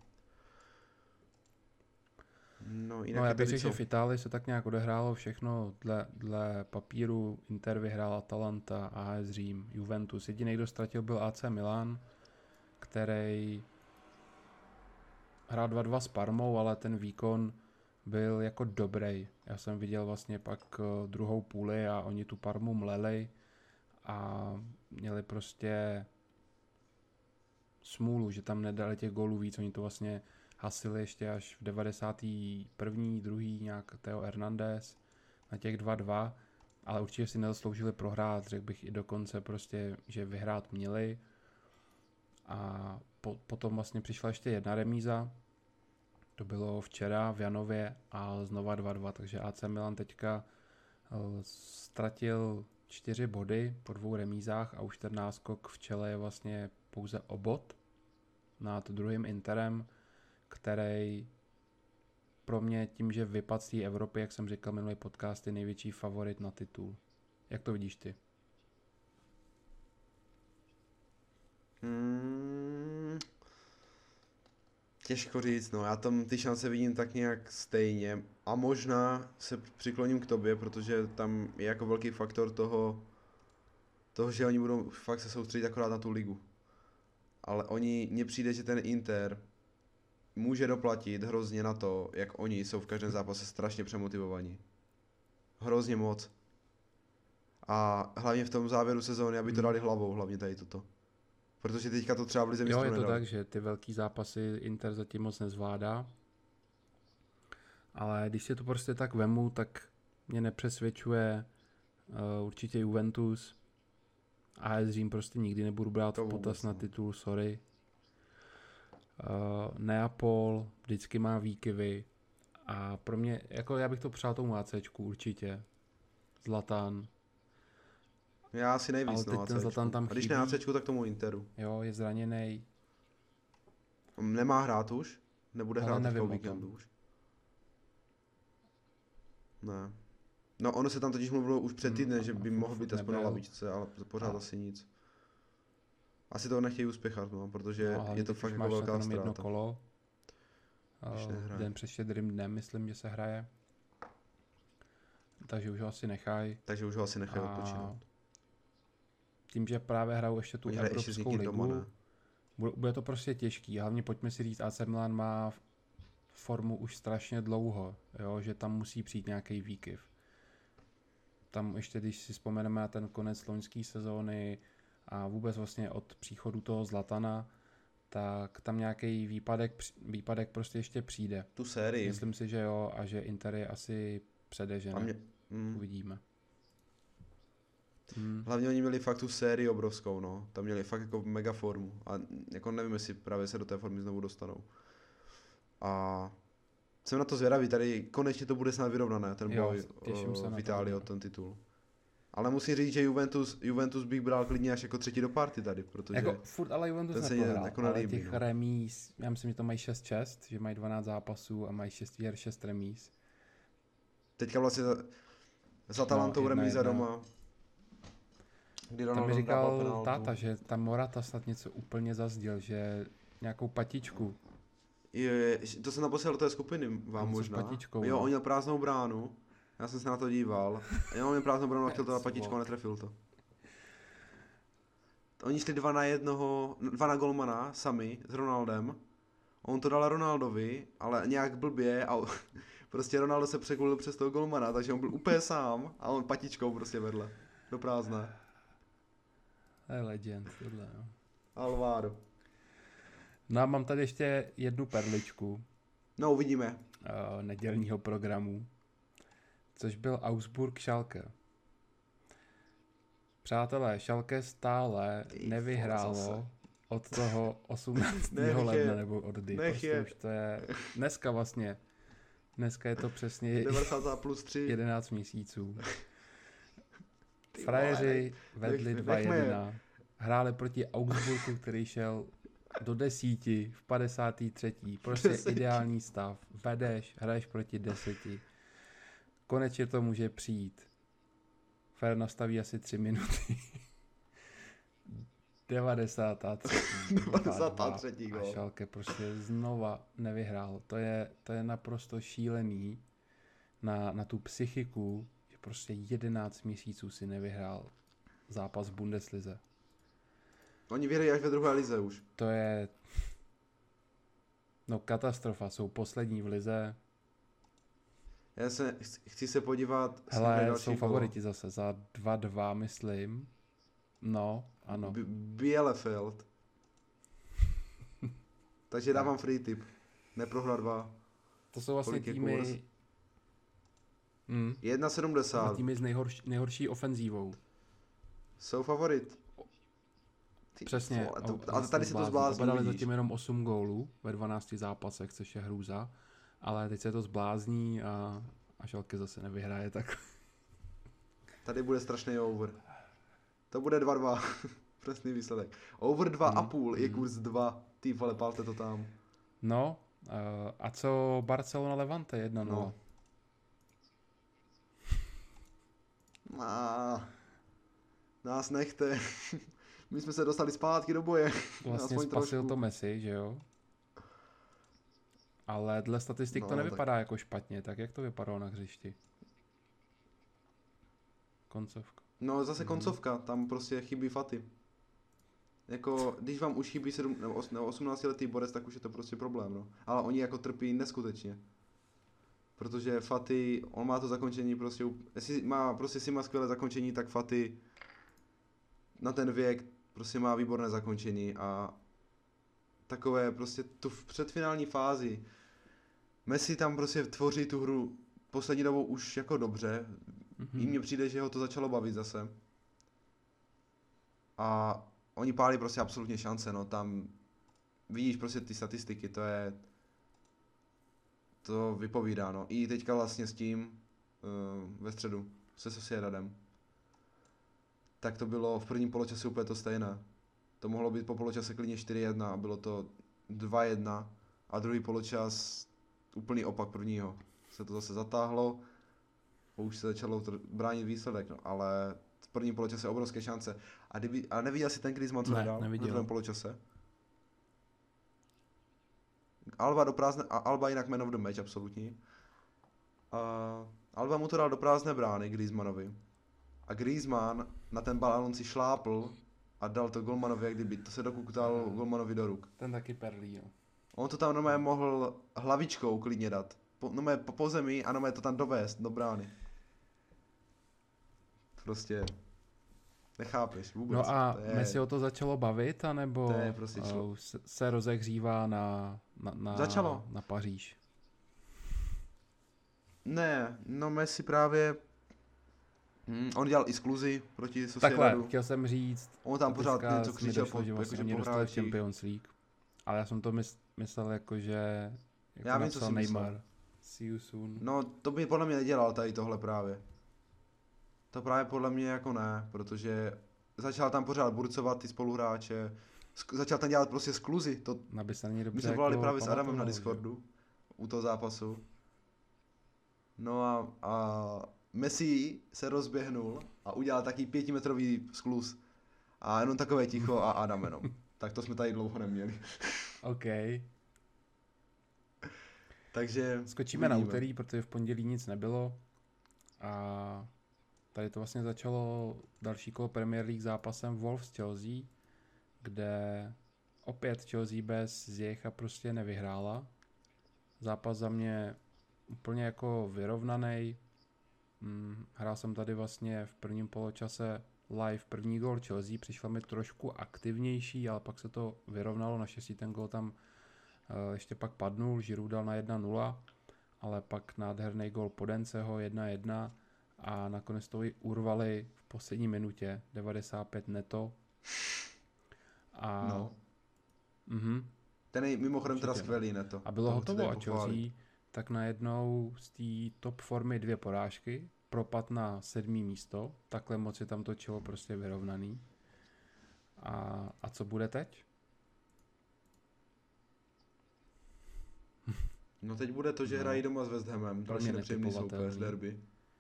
No, jinak No já je bych tady řekl, že co? v Itálii se tak nějak odehrálo všechno dle, dle papíru. Inter vyhrál Atalanta, A S Řím, Juventus. Jediný, kdo ztratil, byl A C Milan, který hrál dva dva s Parmou, ale ten výkon byl jako dobrý. Já jsem viděl vlastně pak eh, druhou půli a oni tu Parmu mleli a měli prostě smůlu, že tam nedali těch gólů víc. Oni to vlastně hasili ještě až v devadesáté první, druhý nějak Theo Hernandez na těch dva dva, ale určitě si nezasloužili prohrát, řekl bych i dokonce prostě, že vyhrát měli. A po, potom vlastně přišla ještě jedna remíza, to bylo včera v Janově a znova dva dva, takže A C Milan teďka eh, ztratil čtyři body po dvou remízách a už ten náskok v čele je vlastně pouze o bod nad druhým Interem, který pro mě tím, že vypadl z té Evropy, jak jsem říkal minulý podcast, je největší favorit na titul. Jak to vidíš ty? Hmm. Těžko říct, no, já tam ty šance vidím tak nějak stejně a možná se přikloním k tobě, protože tam je jako velký faktor toho, toho, že oni budou fakt se soustředit akorát na tu ligu. Ale oni, mně přijde, že ten Inter může doplatit hrozně na to, jak oni jsou v každém zápase strašně přemotivovaní. Hrozně moc. A hlavně v tom závěru sezóny, aby to dali hlavou, hlavně tady toto. Protože teďka to třeba v lize mistrů Jo, je to nedali. tak, že ty velký zápasy Inter zatím moc nezvládá. Ale když si to prostě tak vemu, tak mě nepřesvědčuje uh, určitě Juventus. A S Řím prostě nikdy nebudu brát v potaz na titul, sorry. Uh, Neapol vždycky má výkyvy. A pro mě, jako já bych to přál tomu ACčku určitě. Zlatan. Já si nejvíc, ale teď no, ten Zlatan tam a když chybí. ne ACčku, tak tomu Interu. Jo, je zraněnej. Nemá hrát už? Nebude Ale hrát nevím teďka o o víkendu tom. už? Ne. No ono se tam totiž mluvilo už před týdnem, Hmm, že a by furt- mohl furt být aspoň na nebyl. lavičce, ale pořád A- asi nic. Asi to nechtějí uspěchat, no, protože No, hlavně je to teď fakt už jako máš velká snad jenom jedno ztráta. kolo. Když Uh, nehraje. den před štědrým dnem, myslím, že se hraje. Takže už ho asi nechaj. Takže už ho asi nechají A odpočinout. tím, že právě hrajou ještě tu Oni hrají ještě s Evropskou někým ligu, doma, ne? bude, bude to prostě těžký. Hlavně pojďme si říct, A C Milan má f- formu už strašně dlouho, jo, že tam musí přijít nějaký výkyv. Tam ještě, když si vzpomeneme na ten konec loňské sezóny a vůbec vlastně od příchodu toho Zlatana, tak tam nějaký výpadek, při- výpadek prostě ještě přijde. Tu sérii. Myslím si, že jo, a že Inter je asi A předežené. mě, mm, Uvidíme. Hmm. hlavně oni měli fakt tu sérii obrovskou, no. Tam měli fakt jako mega formu. A jako nevím, jestli právě se do té formy znovu dostanou. A jsem na to zvědavý, tady konečně to bude snad vyrovnané, ten Jo, boj těším o, se na v to, Itálii no. o ten titul. Ale musím říct, že Juventus, Juventus bych bral klidně až jako třetí do party tady, protože Jako furt ale Juventus ten se neprohrál, jako ale nelíbí, těch no. remíz, já myslím, že to mají šest šest, že mají dvanáct zápasů a mají šest výher, šest remíz. teďka vlastně za, s Atalantou No, jedna, remíza jedna. doma. Kdy Tam Ronaldo mi dával říkal penaltu. táta, že tam Morata snad něco úplně zazděl, že nějakou patičku. Je, to jsem naposled do té skupiny vám Něco s možná. patičkou, Jo, no. on měl prázdnou bránu. Já jsem se na to díval. Jo, on měl prázdnou bránu a chtěl to na Co patičku a bok. netrefil to. Oni šli dva na jednoho, dva na golmana sami s Ronaldem. On to dal Ronaldovi, ale nějak blbě a prostě Ronaldo se překulil přes toho golmana, takže on byl úplně sám a on patičkou prostě vedle. Do prázdné. To je legend, tohle, no. Alvaro. No a mám tady ještě jednu perličku No, uvidíme. uh, nedělního programu, což byl Augsburg Schalke. Přátelé, Schalke stále Ty nevyhrálo vole, zase. od toho osmnáctého Nech je. ledna nebo od kdy. Nech Prostě je. už to je dneska vlastně. Dneska je to přesně devadesát plus tři. jedenáct měsíců. Ty vole, Frajeři vedli nech- dva nechme je. jedna. Hráli proti Augsburgu, který šel do desíti v padesáté třetí Prostě Deseti. ideální stav. Vedeš, hraješ proti deseti. Konečně to může přijít. Fer nastaví asi tři minuty. devadesátá třetí devadesátá třetí A gól. Schalke prostě znova nevyhrál. To je, to je naprosto šílený na, na tu psychiku, že prostě jedenáct měsíců si nevyhrál zápas v Bundeslize. Oni vyhrají až ve druhé lize už. To je no katastrofa, jsou poslední v lize. Já se chci se podívat. jestli hrají Hele, další jsou kolo. favoriti zase za dva dva, myslím. No, ano. B- Bielefeld. Takže dávám free tip. Neprohra dva. To jsou vlastně kolik je kurz? týmy... Hmm. jedna sedmdesát. Týmy s nejhorší, nejhorší ofenzívou. Jsou favorit. Ty Přesně. vole, to, o- ale tady se to zblázní. zblázní, Podali vidíš. zatím jenom osm gólů ve dvanácti zápasech, což je hrůza. Ale teď se to zblázní a, a Schalke zase nevyhraje, tak... Tady bude strašný over. To bude dva dva. Přesný výsledek. Over dva a půl je Hmm. kurz dva. Ty vole, palte to tam. No, uh, a co Barcelona Levante jedna nula? No. Má. Nás nechte. My jsme se dostali zpátky do boje. Vlastně Aspoň spasil trošku. to Messi, že jo? Ale dle statistik No, to tak nevypadá jako špatně, tak jak to vypadalo na hřišti? Koncovka. no zase Mhm. koncovka, tam prostě chybí Faty. Jako, když vám už chybí sedm, nebo os- nebo osmnáctiletý borec, tak už je to prostě problém, no. Ale oni jako trpí neskutečně. Protože Faty, on má to zakončení prostě, up- jestli má, prostě si má skvělé zakončení, tak Faty na ten věk prostě má výborné zakončení a takové prostě tu v předfinální fázi. Messi tam prostě tvoří tu hru poslední dobou už jako dobře. Mhm. I mně přijde, že ho to začalo bavit zase. A oni pálí prostě absolutně šance, no, tam vidíš prostě ty statistiky, to je, to vypovídá, no. I teďka vlastně s tím uh, ve středu se Sociedadem. Tak to bylo v prvním poločase úplně to stejné. To mohlo být po poločase klidně čtyři jedna a bylo to dva jedna a druhý poločas úplný opak prvního. Se to zase zatáhlo, už se začalo tr- bránit výsledek, no, ale v prvním poločase obrovské šance. A, kdyby, a neviděl jsi ten Griezmann, co Ne, nedal neviděl. ve druhém poločase? Alba do prázdné, a Alba jinak man of the match, absolutní. A Alba mu to dal do prázdné brány Griezmannovi. A Griezmann na ten balón si šlápl a dal to golmanovi, jak kdyby to se dokutal golmanovi do ruk. Ten taky perlí, no. On to tam normálně mohl hlavičkou klidně dát. Po, normálně po, po zemi a normálně to tam dovést do brány. Prostě nechápeš vůbec. No a to je, Messi o to začalo bavit, anebo to je prostě člo- uh, se, se rozehřívá na, na, na, Začalo. na Paříž? Ne, no Messi právě... Hmm, on dělal i skluzy proti Takhle, Sociedadu. chtěl jsem říct, On tam pořád teďka něco mi křičel, došlo, po, že jako, vlastně že mě po dostali v hráčích. Champions League, ale já jsem to mys- myslel jako, že jako Já vím, co napsal jsi myslel. Neymar. See you soon. No, to by podle mě nedělal tady tohle právě. To právě podle mě jako ne, protože začal tam pořád burcovat ty spoluhráče, sk- začal tam dělat prostě skluzy, to Aby se na něj dobře my jsme volali jako právě s Adamem na pamatovalo, že? Discordu u toho zápasu. No a, a Messi se rozběhnul a udělal taký pětimetrový skluz. A jenom takové ticho a Adam jenom. Tak to jsme tady dlouho neměli. OK. Takže Skočíme na uvidíme. úterý, protože v pondělí nic nebylo. A tady to vlastně začalo další kolo Premier League zápasem Wolves Chelsea, kde opět Chelsea bez Ziyech prostě nevyhrála. Zápas za mě úplně jako vyrovnaný. Hmm, hrál jsem tady vlastně v prvním poločase live první gól Chelsea, přišla mi trošku aktivnější, ale pak se to vyrovnalo, naštěstí ten gól tam uh, ještě pak padnul, Giroud dal na jedna nula, ale pak nádherný gól Podenceho jedna jedna a nakonec to i urvali v poslední minutě, devadesát pět neto. A No. mhm. Ten je mimochodem teda Určitě, no. skvělý, ne to. A bylo To chci hotovo tady a pochválit. Chelsea tak najednou z té top formy dvě porážky, propad na sedmý místo, takhle moc je tam točilo prostě vyrovnaný. A, a co bude teď? No teď bude to, že No. hrají doma s West Hamem, Pro další mě nepříjemný netypovatelný. soupeř, derby.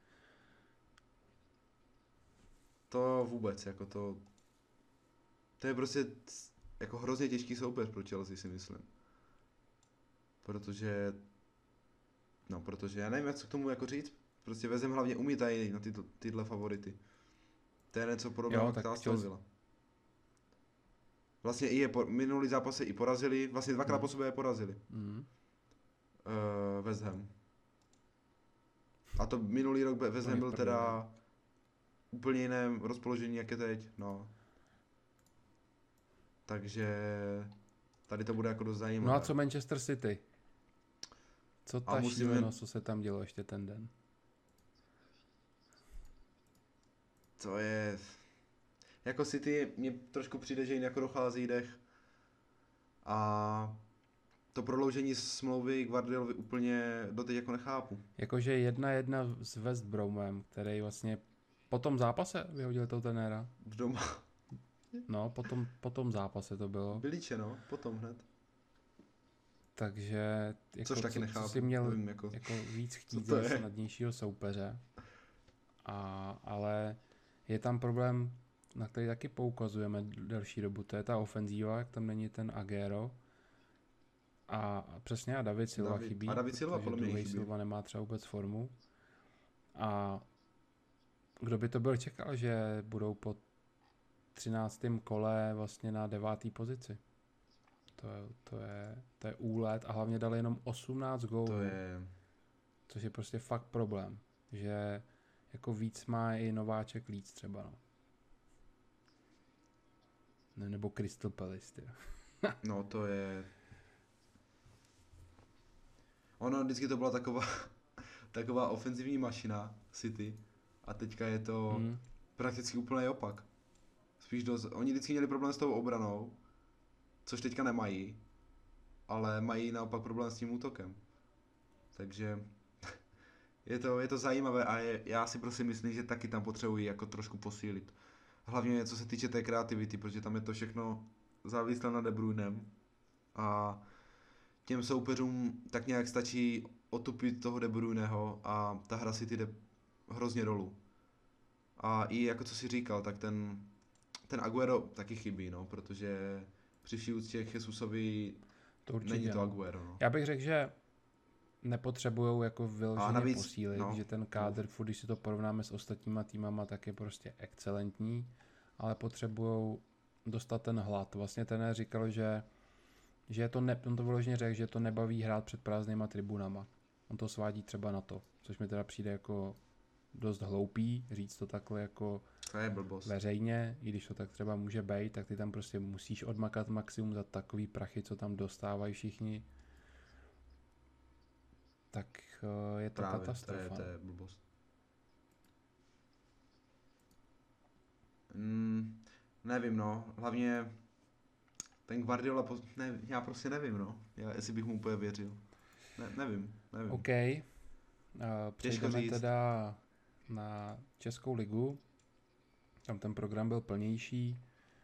To vůbec, jako to... To je prostě c- jako hrozně těžký soupeř pro Chelsea, si myslím. Protože... No, protože já nevím, jak co k tomu jako říct. Prostě West Ham hlavně umí tady na tyto, tyhle favority. To je něco podobného, Jo, jak tak ta Aston Chelsea- Villa. Vlastně i je, po, minulý zápas se i porazili, vlastně dvakrát Hmm. po sobě je porazili. Mhm. Uh, West Ham. A to minulý rok Be- West To Ham je byl prdele. teda úplně jiném rozpoložení, jak je teď, no. Takže tady to bude jako dost zajímavé. No a co Manchester City? Co ta A musíme- šílenost, co se tam dělo ještě ten den? To je... Jako City, mně trošku přijde, že jim jako dochází dech. A to prodloužení smlouvy Guardiolovi úplně doteď jako nechápu. Jakože jedna jedna s West Bromem, který vlastně po tom zápase vyhodil toho trenéra. V doma. No, po tom, po tom zápase to bylo. Byliče, no, potom hned. Takže jako, Což taky co, nechápu. co jsi měl Nevím, jako... jako víc chtít to ze je? snadnějšího soupeře. A, ale je tam problém, na který taky poukazujeme delší dobu, to je ta ofenzíva, jak tam není ten Agüero. A a přesně a David Silva David, chybí, a David Silva protože podle mě druhý chybí. Silva nemá třeba vůbec formu. A kdo by to byl čekal, že budou po třináctém kole vlastně na devátý pozici. To je, to je, to je úlet a hlavně dali jenom osmnáct gólů, To je... což je prostě fakt problém, že jako víc má i Nováček Líc třeba, no. Ne, nebo Crystal Palace, tyjo. No to je... Ono vždycky to byla taková, taková ofenzivní mašina City a teďka je to Hmm. prakticky úplný opak. Spíš dost, oni vždycky měli problém s tou obranou, což teďka nemají, ale mají naopak problém s tím útokem. Takže je to, je to zajímavé a je, já si prostě myslím, že taky tam potřebují jako trošku posílit. Hlavně co se týče té kreativity, protože tam je to všechno závislé na De Bruynem a těm soupeřům tak nějak stačí otupit toho De Bruyneho a ta hra si jde hrozně dolů. A i jako co si říkal, tak ten, ten Aguero taky chybí, no, protože při vší úctě k Jesusovi To určitě, není to no. Aguero, no. Já bych řekl, že nepotřebujou jako vyloženě navíc, posílit, no. že ten kádr, furt, když si to porovnáme s ostatníma týmama, tak je prostě excelentní, ale potřebujou dostat ten hlad. Vlastně ten říkal, že, že je to ne, on to vyloženě řekl, že to nebaví hrát před prázdnýma tribunama. On to svádí třeba na to, což mi teda přijde jako dost hloupý říct to takhle jako To je blbost. veřejně, i když to tak třeba může být, tak ty tam prostě musíš odmakat maximum za takový prachy, co tam dostávají všichni. Tak uh, je to Právě, katastrofa. to je, to je blbost. Mm, nevím, no, hlavně ten Guardiola, po, ne, já prostě nevím, no, já, jestli bych mu úplně věřil. Ne, nevím, nevím. OK, uh, přejdeme říct. teda na Českou ligu. Tam ten program byl plnější.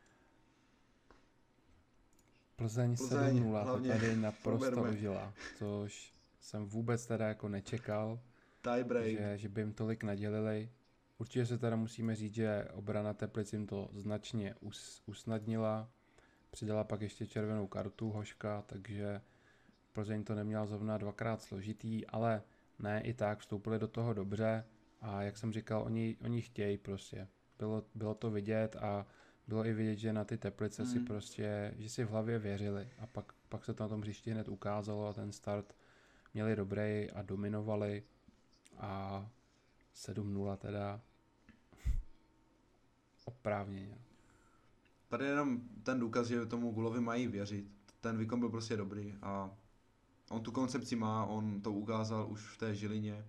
Plzeň, Plzeň, sedm nula, to hlavně tady naprosto Soberme. užila, což jsem vůbec teda jako nečekal, Tie break. že, že by jim tolik nadělili. Určitě se teda musíme říct, že obrana Teplic jim to značně us, usnadnila. Přidala pak ještě červenou kartu Hoška, takže Plzeň to neměla zrovna dvakrát složitý, ale ne, i tak vstoupili do toho dobře a jak jsem říkal, oni, oni chtějí prostě. Bylo, bylo to vidět a bylo i vidět, že na ty Teplice si Mm. prostě, že si v hlavě věřili a pak, pak se to na tom hřišti hned ukázalo a ten start měli dobrý a dominovali a sedm nula teda oprávněně. Tady je jenom ten důkaz, že tomu Gulovi mají věřit. Ten výkon byl prostě dobrý a on tu koncepci má, on to ukázal už v té Žilině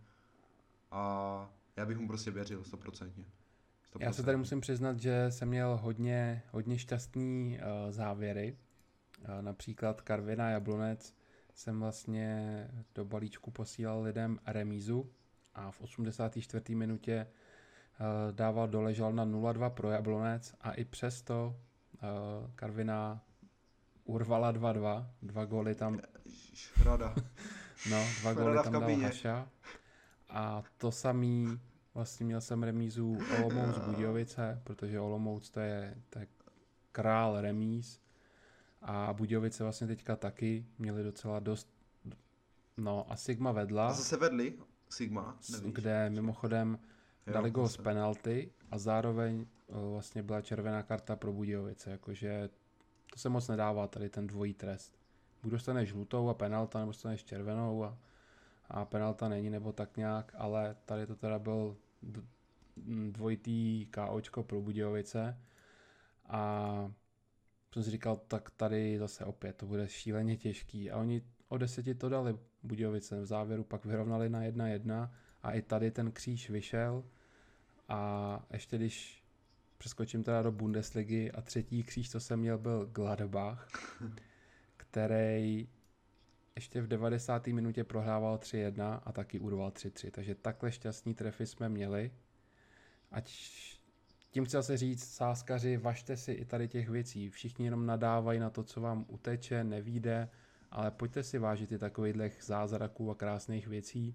a já bych mu prostě věřil stoprocentně. Já se tady musím přiznat, že jsem měl hodně, hodně šťastný uh, závěry. Uh, například Karviná Jablonec jsem vlastně do balíčku posílal lidem remízu a v osmdesáté čtvrté minutě uh, dával doležal na nula dva pro Jablonec a i přesto uh, Karviná urvala dva dva. Dva góly tam... Rada. No, dva góly Rada v tam dal kabině. Haša. A to samý vlastně měl jsem remízu Olomouc Budějovice, protože Olomouc to je, to je král remíz a Budějovice vlastně teďka taky měli docela dost, no a Sigma vedla, A zase vedli Sigma, nevíš. kde mimochodem Jo, dali gól z zase. penalty a zároveň o, vlastně byla červená karta pro Budějovice, jakože to se moc nedává tady ten dvojí trest. Buď dostaneš žlutou a penalta, nebo dostaneš červenou a, a penalta není, nebo tak nějak, ale tady to teda byl d- dvojitý KOčko pro Budějovice a jsem si říkal, tak tady zase opět to bude šíleně těžký a oni o deseti to dali Budějovice, v závěru pak vyrovnali na jedna jedna a i tady ten kříž vyšel a ještě když přeskočím teda do Bundesligy a třetí kříž, co jsem měl, byl Gladbach, který ještě v devadesáté minutě prohrával tři jedna a taky urval tři tři, takže takhle šťastný trefy jsme měli. Ať tím chci zase říct, sáskaři, važte si i tady těch věcí. Všichni jenom nadávají na to, co vám uteče, nevíde, ale pojďte si vážit i takových zázraků a krásných věcí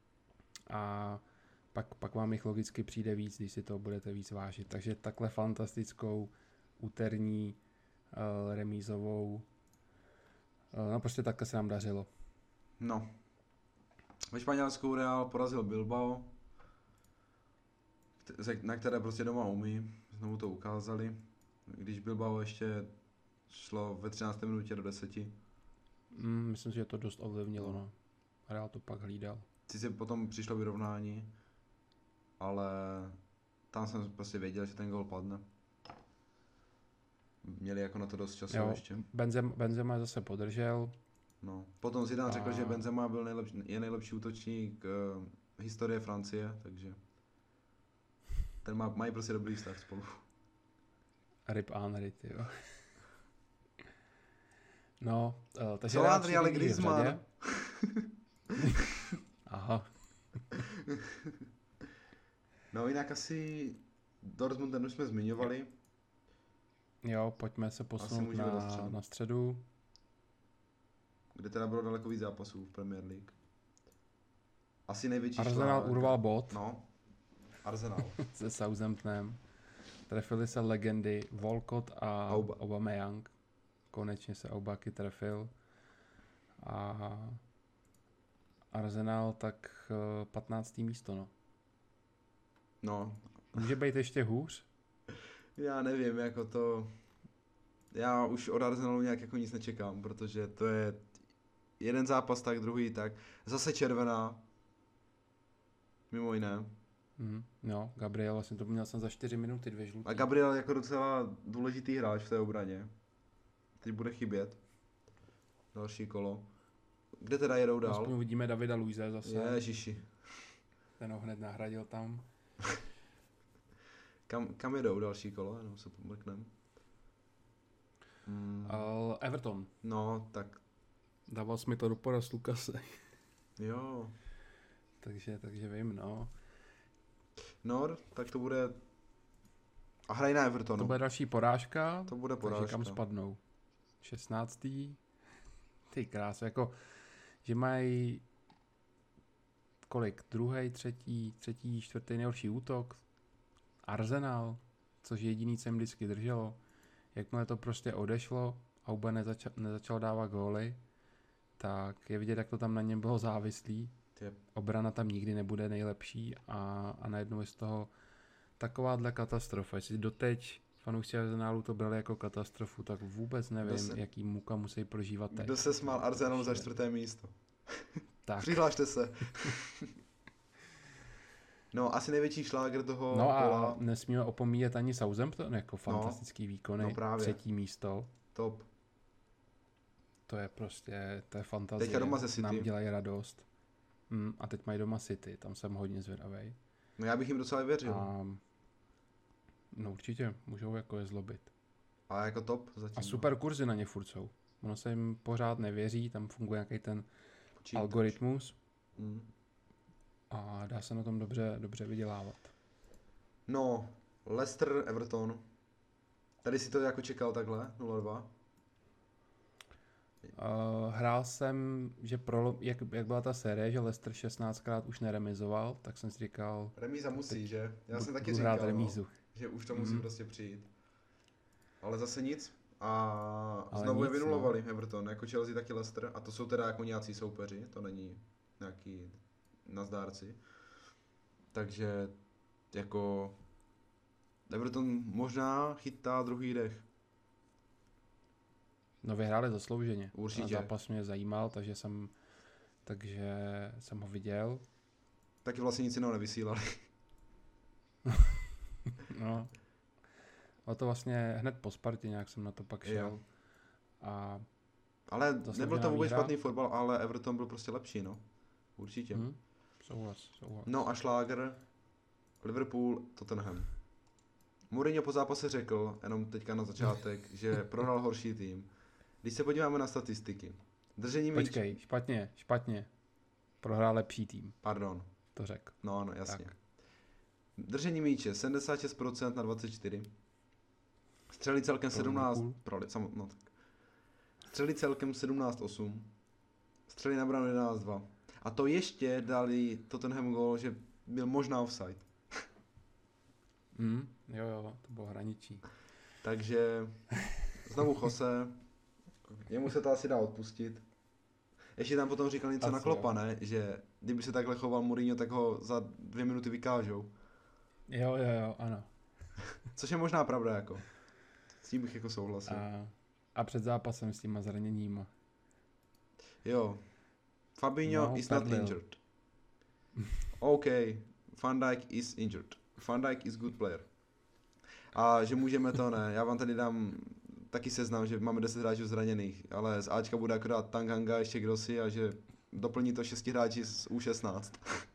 a pak, pak vám jich logicky přijde víc, když si to budete víc vážit. Takže takhle fantastickou úterní uh, remízovou No prostě takhle se nám dařilo. No. Ve Španělsku Real porazil Bilbao, na které prostě doma umí. Znovu to ukázali. Když Bilbao ještě šlo ve třinácté minutě do deseti. Mm, myslím si, že to dost ovlivnilo, no. Real to pak hlídal. Sice potom přišlo vyrovnání, ale tam jsem prostě věděl, že ten gol padne. Měli jako na to dost času jo, ještě. Benzema, Benzema zase podržel. No. Potom Zidane A... řekl, že Benzema byl nejlepší, je nejlepší útočník uh, historie Francie, takže ten má, mají prostě dobrý vztah spolu. Rip Henry, tyjo. No, uh, takže... Co Andri, ale Griezmann. Aha. No jinak asi Dortmund, ten už jsme zmiňovali. Jo, pojďme se posunout na, středu. na středu. Kde teda bylo daleko víc zápasů v Premier League. Asi největší Arsenal šlák. urval bod. No, Arsenal. Se Southamptonem. Trefili se legendy Walcott a Auba. Aubameyang. Konečně se Aubaky trefil. A Arsenal tak patnácté místo, no. No. Může být ještě hůř? Já nevím, jako to... Já už od Arsenalu nějak jako nic nečekám, protože to je jeden zápas tak, druhý tak. Zase červená. Mimo jiné. Mm, no, Gabriel, vlastně to měl jsem za čtyři minuty, dvě žlutý. A Gabriel jako docela důležitý hráč v té obraně. Teď bude chybět. Další kolo. Kde teda jedou dál? Aspoň uvidíme Davida Luize zase. Ježiši. Ten ho hned nahradil tam. kam, kam jedou další kolo? Jenom se pomrknem. Hmm. Uh, Everton. No, tak. Dával jsi mi to do poraz Lukase. Jo. takže, takže vím, no. No, tak to bude... A hraj na Evertonu. To bude další porážka. To bude porážka. Takže kam spadnou? šestnáctý Ty krás, jako, že mají kolik? Druhý, třetí, třetí, čtvrtý nejhorší útok. Arsenal, což je jediný, co jim vždycky drželo. Jakmile to prostě odešlo, Auba nezačal, nezačal dávat góly, tak je vidět, jak to tam na něm bylo závislý. Yep. Obrana tam nikdy nebude nejlepší a, a najednou je z toho takováhle katastrofa. Jestli doteď fanoušci Arsenalu to brali jako katastrofu, tak vůbec nevím, se, jaký muka musí prožívat teď. Kdo se smál Arsenalu za čtvrté místo? Tak. Přihlašte se. No, asi největší šláger toho No a kola. nesmíme opomíjet ani Southampton, jako fantastický no, výkony. No právě. Třetí místo. Top. To je prostě, to je fantazie. Teďka doma ze City. Nám dělají radost. Mm, a teď mají doma City, tam jsem hodně zvědavej. No já bych jim docela věřil. A, no určitě, můžou jako je zlobit. A jako top zatím. A super kurzy na ně furt jsou. Ono se jim pořád nevěří, tam funguje nějaký ten Počítač. algoritmus. Mm. A dá se na tom dobře, dobře vydělávat. No, Leicester, Everton. Tady si to jako čekal takhle, nula dva? Uh, hrál jsem, že pro, jak, jak byla ta série, že Leicester šestnáctkrát už neremizoval, tak jsem si říkal... Remíza musí, že? Já jsem bu, taky říkal, remízu. No, že už to musí mm. prostě přijít. Ale zase nic. A Ale znovu nic, je vynulovali no. Everton, jako Chelsea, taky Leicester. A to jsou teda jako nějací soupeři, to není nějaký nazdárci. Takže jako Everton možná chytá druhý dech. No vyhráli zaslouženě. Určitě. A zápas mě zajímal, takže jsem, takže jsem ho viděl. Taky vlastně nic jiného nevysílali. No. A to vlastně hned po Spartě nějak jsem na to pak šel. Jo. A ale nebyl to vůbec špatný fotbal, ale Everton byl prostě lepší, no. Určitě. Hmm. Souhlas, souhlas. No a šláger Liverpool, Tottenham. Mourinho po zápase řekl, jenom teďka na začátek, že prohrál horší tým. Když se podíváme na statistiky. Držení míče. Počkej, špatně, špatně. Prohrál lepší tým. Pardon. To řekl. No, no, jasně. Tak. Držení míče sedmdesát šest procent na dvacet čtyři. Střelí celkem sedmnáct... Proli, sam, no, tak. Střelí celkem sedmnáct osm. Střelí na bránu jedenáct dva. A to ještě dali Tottenham gól, že byl možná offside. Mm, jo, jo, to bylo hraničí. Takže znovu Jose, Jemu se to asi dá odpustit. Ještě tam potom říkal něco Asi na Kloppa, jo. ne? Že kdyby se takhle choval Mourinho, tak ho za dvě minuty vykážou. Jo, jo, jo, ano. Což je možná pravda, jako. S tím bych jako souhlasil. A, a před zápasem s těma zraněníma. Jo. Fabinho No, is not perdel. injured. OK. Van Dijk is injured. Van Dijk is good player. A že můžeme to, ne. Já vám tady dám taky seznam, že máme deset hráčů zraněných, ale z Ačka bude akorát Tanganga, ještě Grossi a že doplní to šesti hráči z U šestnáct.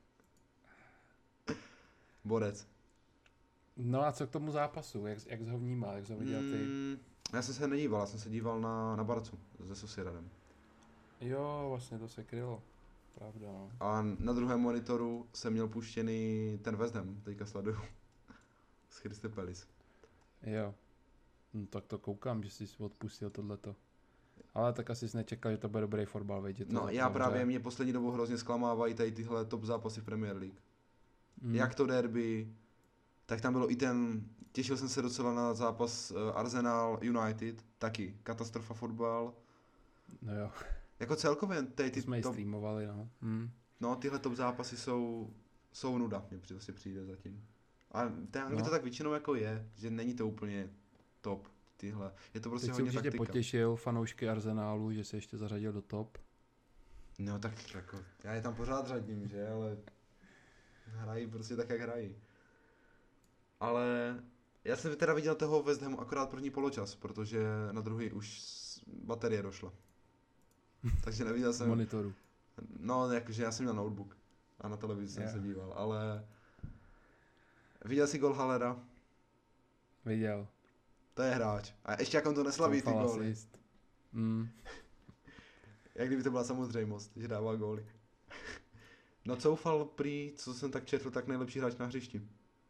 Borec. No a co k tomu zápasu? Jak, jak jsi ho vnímal? Jak jsi ho viděl ty? Mm, já jsem se nedíval, já jsem se díval na, na Barcu se Sociedadem. Jo, vlastně to se krylo. Pravda, no. A na druhém monitoru jsem měl puštěný ten West Ham, teďka sleduju. Z Crystal Palace. Jo. No tak to koukám, že jsi si odpustil tohleto. Ale tak asi jsi nečekal, že to bude dobrý fotbal, veď? Je to No já dobře. právě, mě poslední dobou hrozně zklamávají tady tyhle top zápasy v Premier League. Mm. Jak to derby, tak tam bylo i ten, těšil jsem se docela na zápas eh, Arsenal United, taky katastrofa fotbal. No jo, Jako celkově tady to ty jsme i top, streamovali, no. Mm. no tyhle top zápasy jsou, jsou nuda, mně prostě přijde zatím. A ten Anglii No. to tak většinou jako je, že není to úplně top tyhle. Je to prostě Teď si hodně určitě taktika. potěšil fanoušky Arsenálu, že se ještě zařadil do top. No tak jako, já je tam pořád řadím, že, ale hrají prostě tak, jak hrají. Ale já jsem teda viděl toho West Hamu akorát první poločas, protože na druhý už s- baterie došla. Takže neviděl Z jsem, monitoru. no jakože já jsem měl notebook a na televizi jsem Jo. se díval, ale viděl jsi gol Hallera, Viděl. to je hráč. A ještě jak on to neslaví ty Zoufal góly, asist. Mm. jak kdyby to byla samozřejmost, že dává góly. No coufal prý, co jsem tak četl, tak nejlepší hráč na hřišti.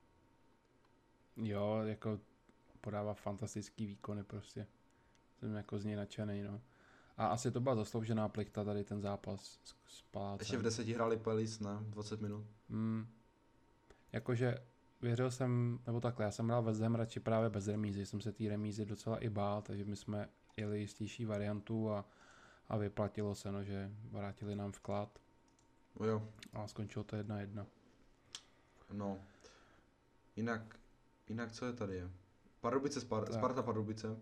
Jo, jako podává fantastický výkony prostě. Jsem jako z něj nadšenej, no. A asi to byla zasloužená plichta tady ten zápas s, s Palácem. Ještě v deseti hráli Palace na dvacet minut. Mm. Jakože věřil jsem, nebo takhle, já jsem hrál West Ham radši právě bez remízy, jsem se té remízy docela i bál, takže my jsme jeli jistější variantu a, a vyplatilo se, no, že vrátili nám vklad No jo, a skončilo to jedna jedna. no. Jinak, jinak co je tady? Pardubice, Spar- Tak. Sparta Pardubice.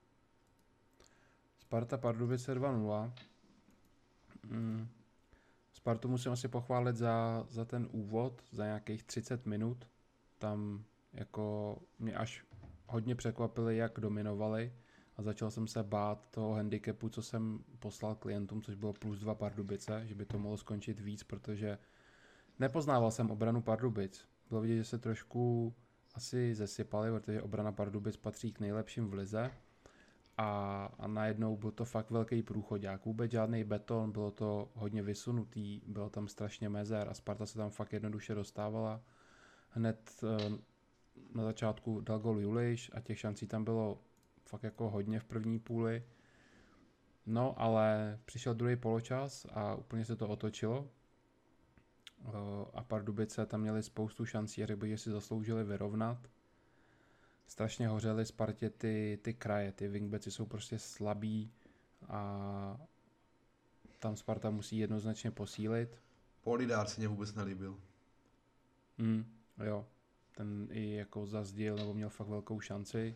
Sparta Pardubice dva nula. Mm. Spartu musím asi pochválit za, za ten úvod, za nějakých třicet minut. Tam jako mě až hodně překvapili, jak dominovali a začal jsem se bát toho handicapu, co jsem poslal klientům, což bylo plus dva Pardubice, že by to mohlo skončit víc, protože nepoznával jsem obranu Pardubic. Bylo vidět, že se trošku asi zesypali, protože obrana Pardubic patří k nejlepším v lize. A, a najednou byl to fakt velký průchodák. Vůbec žádný beton, bylo to hodně vysunutý, bylo tam strašně mezer a Sparta se tam fakt jednoduše dostávala. Hned eh, na začátku dal gol Juliš a těch šancí tam bylo fakt jako hodně v první půli. No, ale přišel druhý poločas a úplně se to otočilo. Eh, a Pardubice tam měli spoustu šancí a řekl bych, že si zasloužili vyrovnat. Strašně hořely Spartě ty, ty kraje, ty wingbacki jsou prostě slabí a tam Sparta musí jednoznačně posílit. Polidár se mě vůbec nelíbil. Mm, jo, ten i jako zazdil nebo měl fakt velkou šanci.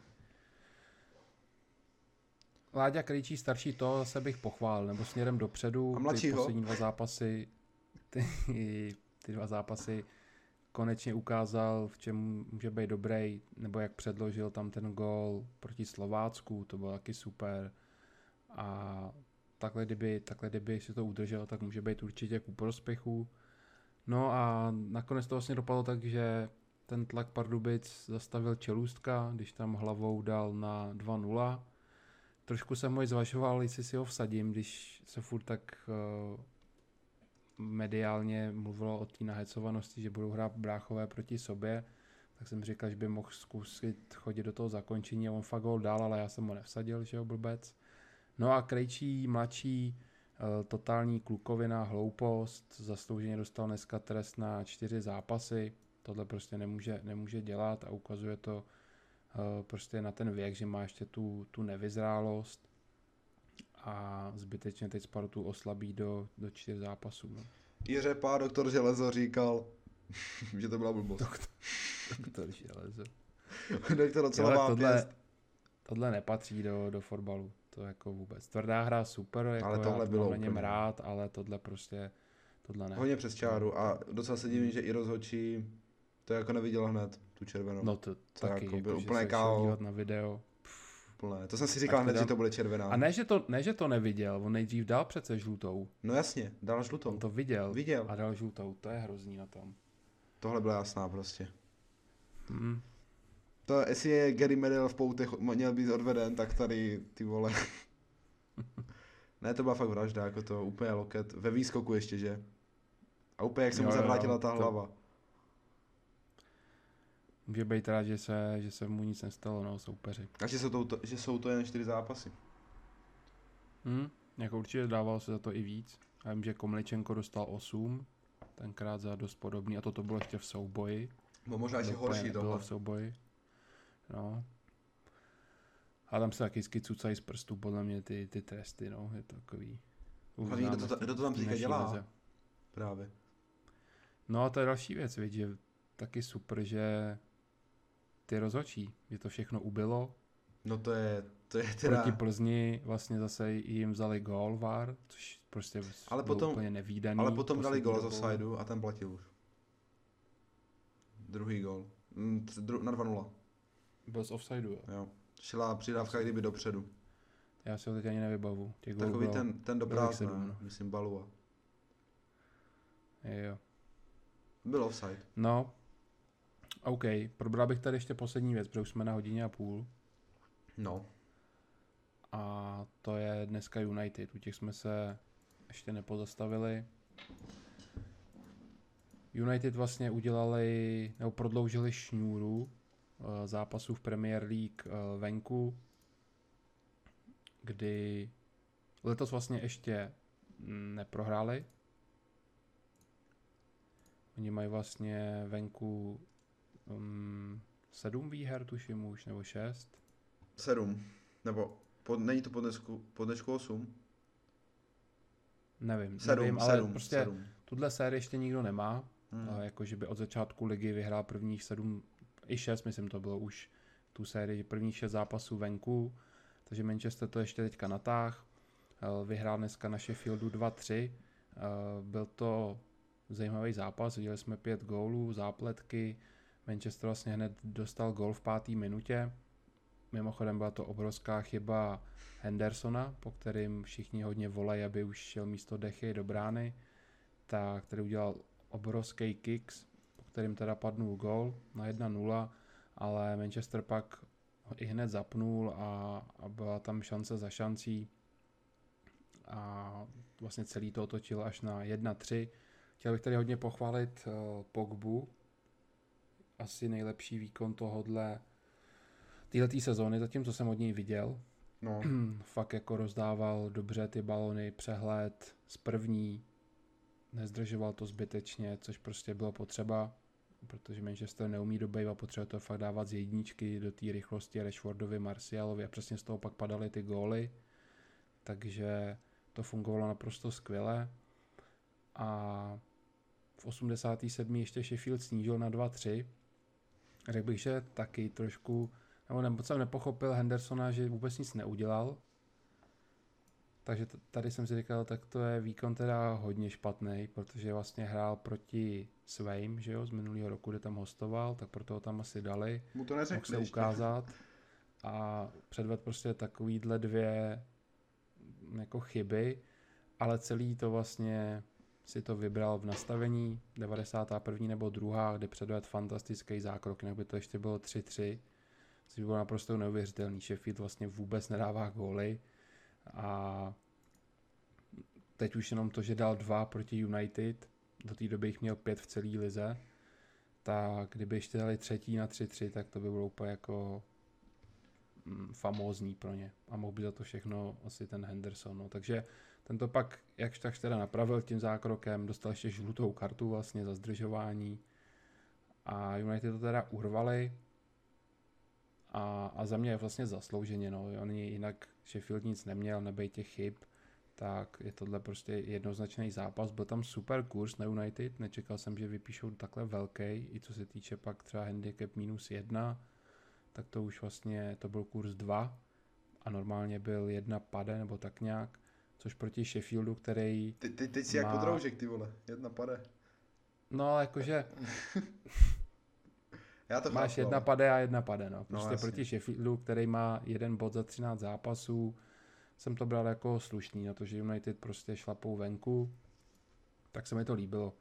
Láďa Krejčí starší to zase bych pochválil, nebo směrem dopředu. A Ty mladšího? poslední dva zápasy, ty, ty dva zápasy konečně ukázal, v čem může být dobrý, nebo jak předložil tam ten gól proti Slovácku, to bylo taky super. A takhle kdyby, takhle kdyby si to udržel, tak může být určitě ku prospěchu. No a nakonec to vlastně dopadlo tak, že ten tlak Pardubic zastavil Čelůstka, když tam hlavou dal na dva nula. Trošku jsem ho i zvažoval, jestli si ho vsadím, když se furt tak uh, mediálně mluvilo o té nahecovanosti, že budou hrát bráchové proti sobě, tak jsem říkal, že by mohl zkusit chodit do toho zakončení a on fakt gól dal, ale já jsem ho nevsadil, že jo, blbec. No a Krejčí, mladší, uh, totální klukovina, hloupost, zaslouženě dostal dneska trest na čtyři zápasy, tohle prostě nemůže, nemůže dělat a ukazuje to uh, prostě na ten věk, že má ještě tu, tu nevyzrálost a zbytečně teď Spartu oslabí do, do čtyř zápasů. No. I Řepa, doktor Železo říkal, že to byla blbost. Doktor, doktor Železo. Doktor docela má tohle, pěst. tohle nepatří do, do fotbalu, to jako vůbec. Tvrdá hra super, jako ale tohle já bylo mám na něm úplně. rád, ale tohle prostě, tohle ne. Hodně přes čáru a docela se divím, že i rozhodčí to jako neviděl hned, tu červenou. No to, To taky, jako jako, byl že úplně se ká ó. šel dívat na video. Plné. To jsem si říkal Ať hned, teda- že to bude červená. A ne že, to, ne, že to neviděl, on nejdřív dal přece žlutou. No jasně, dal žlutou. On to viděl, Viděl. a dal žlutou, to je hrozný na tom. Tohle byla jasná prostě. Hmm. To, jestli je Gary Medel v poutech měl být odveden, tak tady ty vole. Ne, to byla fakt vražda, jako to úplně loket. Ve výskoku ještě, že? A úplně jak se Jo, mu jo, zavrátila ta to- hlava. Může být rád, že se, že se mu nic nestalo, no, soupeři. A že jsou to, že jsou to jen čtyři zápasy. Hmm. Jako určitě dával se za to i víc. Já vím, že Komličenko dostal osm, tenkrát za dost podobný, a toto bylo ještě v souboji. No možná ještě To úplně horší nebylo tohle. v souboji. No. A tam se taky vždycky cucají z prstů, podle mě, ty, ty tresty, no, je to takový... Hlavně kdo to, ta- kdo to tam v té teďka naší dělá? lize. Právě. No a to je další věc, viď, že taky super, že ty rozhodčí, že to všechno ubylo. No to je, to je teda... Proti Plzni vlastně zase jim vzali gól V A R, což prostě Ale bylo potom- úplně nevídaný. Ale potom dali poslední gol z dobou. offsideu a ten platil už. Druhý gol. Mm, t- dru- na dva nula. Byl z offsideu, jo. Jo. Šla přidávka kdyby dopředu. Já si ho teď ani nevybavu. Těch gólů Takový bylo- ten, ten do bylo jich prázdna, sedm, no. myslím Balua. Jo. Byl offside. No, OK, probral bych tady ještě poslední věc, protože už jsme na hodině a půl. No. A to je dneska United, u těch jsme se ještě nepozastavili. United vlastně udělali, nebo prodloužili šňůru eh, zápasů v Premier League eh, venku, kdy letos vlastně ještě mm, neprohráli. Oni mají vlastně venku um, sedm výher, tuším už, nebo šest. Sedm. Nebo pod, není to po dnesku, po dnešku osm? Nevím, Sedm, nevím, ale sedm, prostě sedm. tuhle sérii ještě nikdo nemá. Hmm. A jako, že by od začátku ligy vyhrál prvních sedm, i šest, myslím, to bylo už tu sérii, prvních šest zápasů venku, takže Manchester to ještě teďka natáh, Eh, vyhrál dneska na Sheffieldu dva tři, Eh, byl to zajímavý zápas, viděli jsme pět gólů, zápletky, Manchester vlastně hned dostal gól v páté minutě, mimochodem byla to obrovská chyba Hendersona, po kterým všichni hodně volají, aby už šel místo Dechy do brány, tak který udělal obrovský kicks, po kterým teda padnul gól na jedna nula, ale Manchester pak ho i hned zapnul a, a byla tam šance za šancí a vlastně celý to otočil až na jedna tři. Chtěl bych tady hodně pochválit uh, Pogbu, asi nejlepší výkon tohodle téhletý sezóny, zatím co jsem od něj viděl. No. Fakt jako rozdával dobře ty balony, přehled z první, nezdržoval to zbytečně, což prostě bylo potřeba, protože Manchester neumí dobejvat, potřebuje to fakt dávat z jedničky do té rychlosti Rashfordovi, Martialovi a přesně z toho pak padaly ty góly, takže to fungovalo naprosto skvěle a v osmdesáté sedmé ještě Sheffield snížil na dva tři. Řekl bych, že taky trošku, nebo nebo jsem nepochopil Hendersona, že vůbec nic neudělal. Takže t- tady jsem si říkal, tak to je výkon teda hodně špatný, protože vlastně hrál proti Swaim, že jo, z minulého roku, kde tam hostoval, tak proto ho tam asi dali, Mu to mohl neřekli se ještě. ukázat a předved prostě takovýhle dvě jako chyby, ale celý to vlastně si to vybral v nastavení devadesátá první nebo druhá, kde předved fantastický zákrok, jinak by to ještě bylo tři tři, což bylo naprosto neuvěřitelný. Sheffield vlastně vůbec nedává góly a teď už jenom to, že dal dva proti United, do té doby jich měl pět v celé lize, tak kdyby ještě dali třetí na tři tři, tak to by bylo úplně jako mm, famózní pro ně a mohl by za to všechno asi ten Henderson. No. Takže tento pak jakž takž teda napravil tím zákrokem, dostal ještě žlutou kartu vlastně za zdržování a United to teda urvali A, a za mě je vlastně zaslouženě, no. Oni jinak Sheffield nic neměl, nebej těch chyb, tak je tohle prostě jednoznačný zápas. Byl tam super kurz na United, nečekal jsem, že vypíšou takhle velký, i co se týče pak třeba handicap minus jedna, tak to už vlastně, to byl kurz dva a normálně byl jedna pade nebo tak nějak, což proti Sheffieldu, který Te, te, teď si má... jak podroužek, ty vole, jedna pade. No, jakože Já to máš chápu, jedna ale... pade a jedna pade, no. Prostě no, proti Sheffieldu, který má jeden bod za třináct zápasů, jsem to bral jako slušný, na to, že United prostě šlapou venku, tak se mi to líbilo.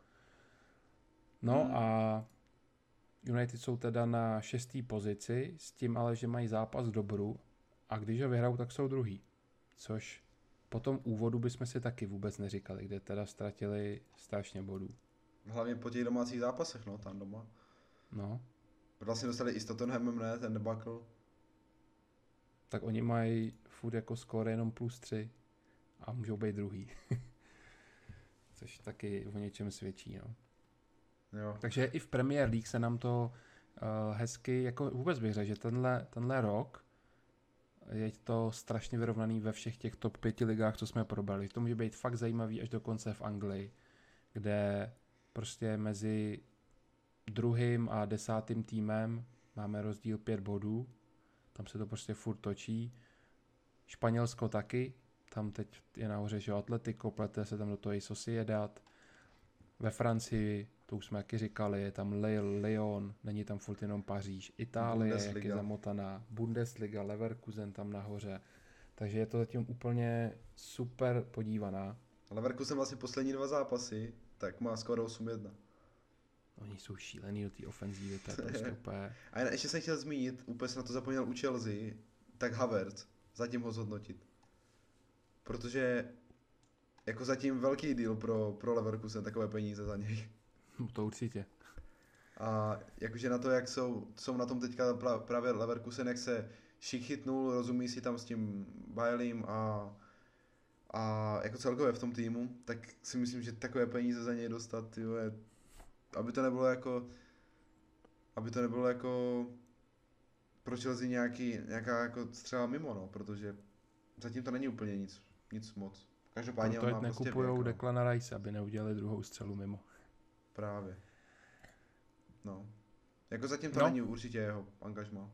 No hmm. a United jsou teda na šestý pozici, s tím ale, že mají zápas k dobru a když ho vyhrajou, tak jsou druhý. Což po tom úvodu bychom si taky vůbec neříkali, kde teda ztratili strašně bodů. Hlavně po těch domácích zápasech, no, tam doma. No. Vlastně dostali i s Tottenhamem, ne, ten debakl. Tak oni mají furt jako skóre jenom plus tři a můžou být druhý. Což taky o něčem svědčí, no. Jo. Takže i v Premier League se nám to uh, hezky, jako vůbec bych řekl, že tenhle, tenhle rok je to strašně vyrovnaný ve všech těch top pěti ligách, co jsme probrali. To může být fakt zajímavý až dokonce v Anglii, kde prostě mezi druhým a desátým týmem máme rozdíl pět bodů. Tam se to prostě furt točí. Španělsko taky. Tam teď je nahoře, že Atletico, plete se tam do toho i Sociedad. Ve Francii, to už jsme taky říkali, je tam Lille, Lyon, není tam furt jenom Paříž. Itálie, Bundesliga. Jak je zamotaná. Bundesliga, Leverkusen tam nahoře. Takže je to zatím úplně super podívaná. Leverkusen vlastně poslední dva zápasy, tak má skoro osm jedna. Oni jsou šílený do té ofenzívy, to je prostě úplně... A ještě jsem chtěl zmínit, úplně jsem na to zapomněl u Chelsea, tak Havertz, zatím ho zhodnotit. Protože jako zatím velký deal pro, pro Leverkusen, takové peníze za něj. To určitě. A jakože na to, jak jsou, jsou na tom teďka právě Leverkusen, jak se šik chytnul, rozumí si tam s tím Bailym a, a jako celkově v tom týmu, tak si myslím, že takové peníze za něj dostat, tyjo, je, aby to nebylo jako, aby to nebylo jako pro Chelsea nějaký, nějaká jako střela mimo, no, protože zatím to není úplně nic, nic moc. Každopádně proto on má nekupujou prostě věk, Declana Rice, aby neudělali druhou střelu mimo. Právě. No. Jako zatím to no. není určitě jeho angažmá.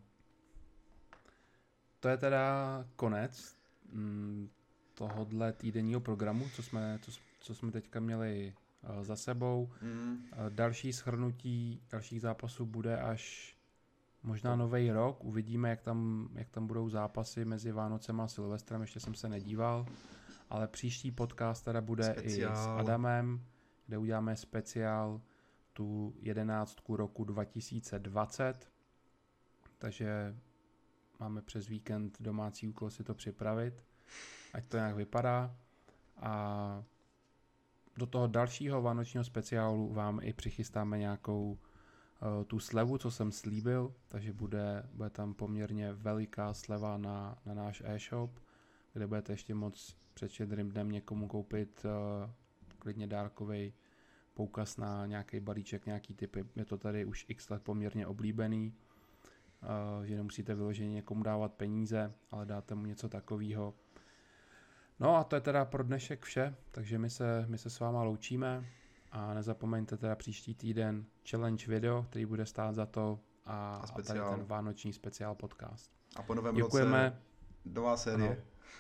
To je teda konec mm, tohodle týdenního programu, co jsme, co, co jsme teďka měli uh, za sebou. Mm. Uh, další shrnutí dalších zápasů bude až možná nový rok. Uvidíme, jak tam, jak tam budou zápasy mezi Vánocem a Silvestrem. Ještě jsem se nedíval. Ale příští podcast teda bude speciál. I s Adamem, kde uděláme speciál tu jedenáctku roku dva tisíce dvacet. Takže máme přes víkend domácí úkol si to připravit, ať to nějak vypadá. A do toho dalšího vánočního speciálu vám i přichystáme nějakou uh, tu slevu, co jsem slíbil, takže bude, bude tam poměrně veliká sleva na, na náš e-shop, kde budete ještě moc před Štědrým dnem někomu koupit uh, klidně dárkovej poukaz na nějaký balíček, nějaký typy. Je to tady už x let poměrně oblíbený, uh, že nemusíte vyloženě někomu dávat peníze, ale dáte mu něco takového. No a to je teda pro dnešek vše, takže my se, my se s váma loučíme a nezapomeňte teda příští týden challenge video, který bude stát za to a, a, a tady ten vánoční speciál podcast. A po novém Děkujeme. roce nová série.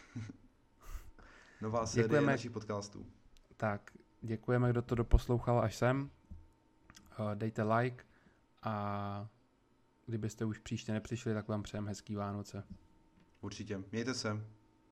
Nová série děkujeme. Našich podcastů. Tak, děkujeme, kdo to doposlouchal až sem. Dejte like a kdybyste už příště nepřišli, tak vám přejem hezký Vánoce. Určitě. Mějte se.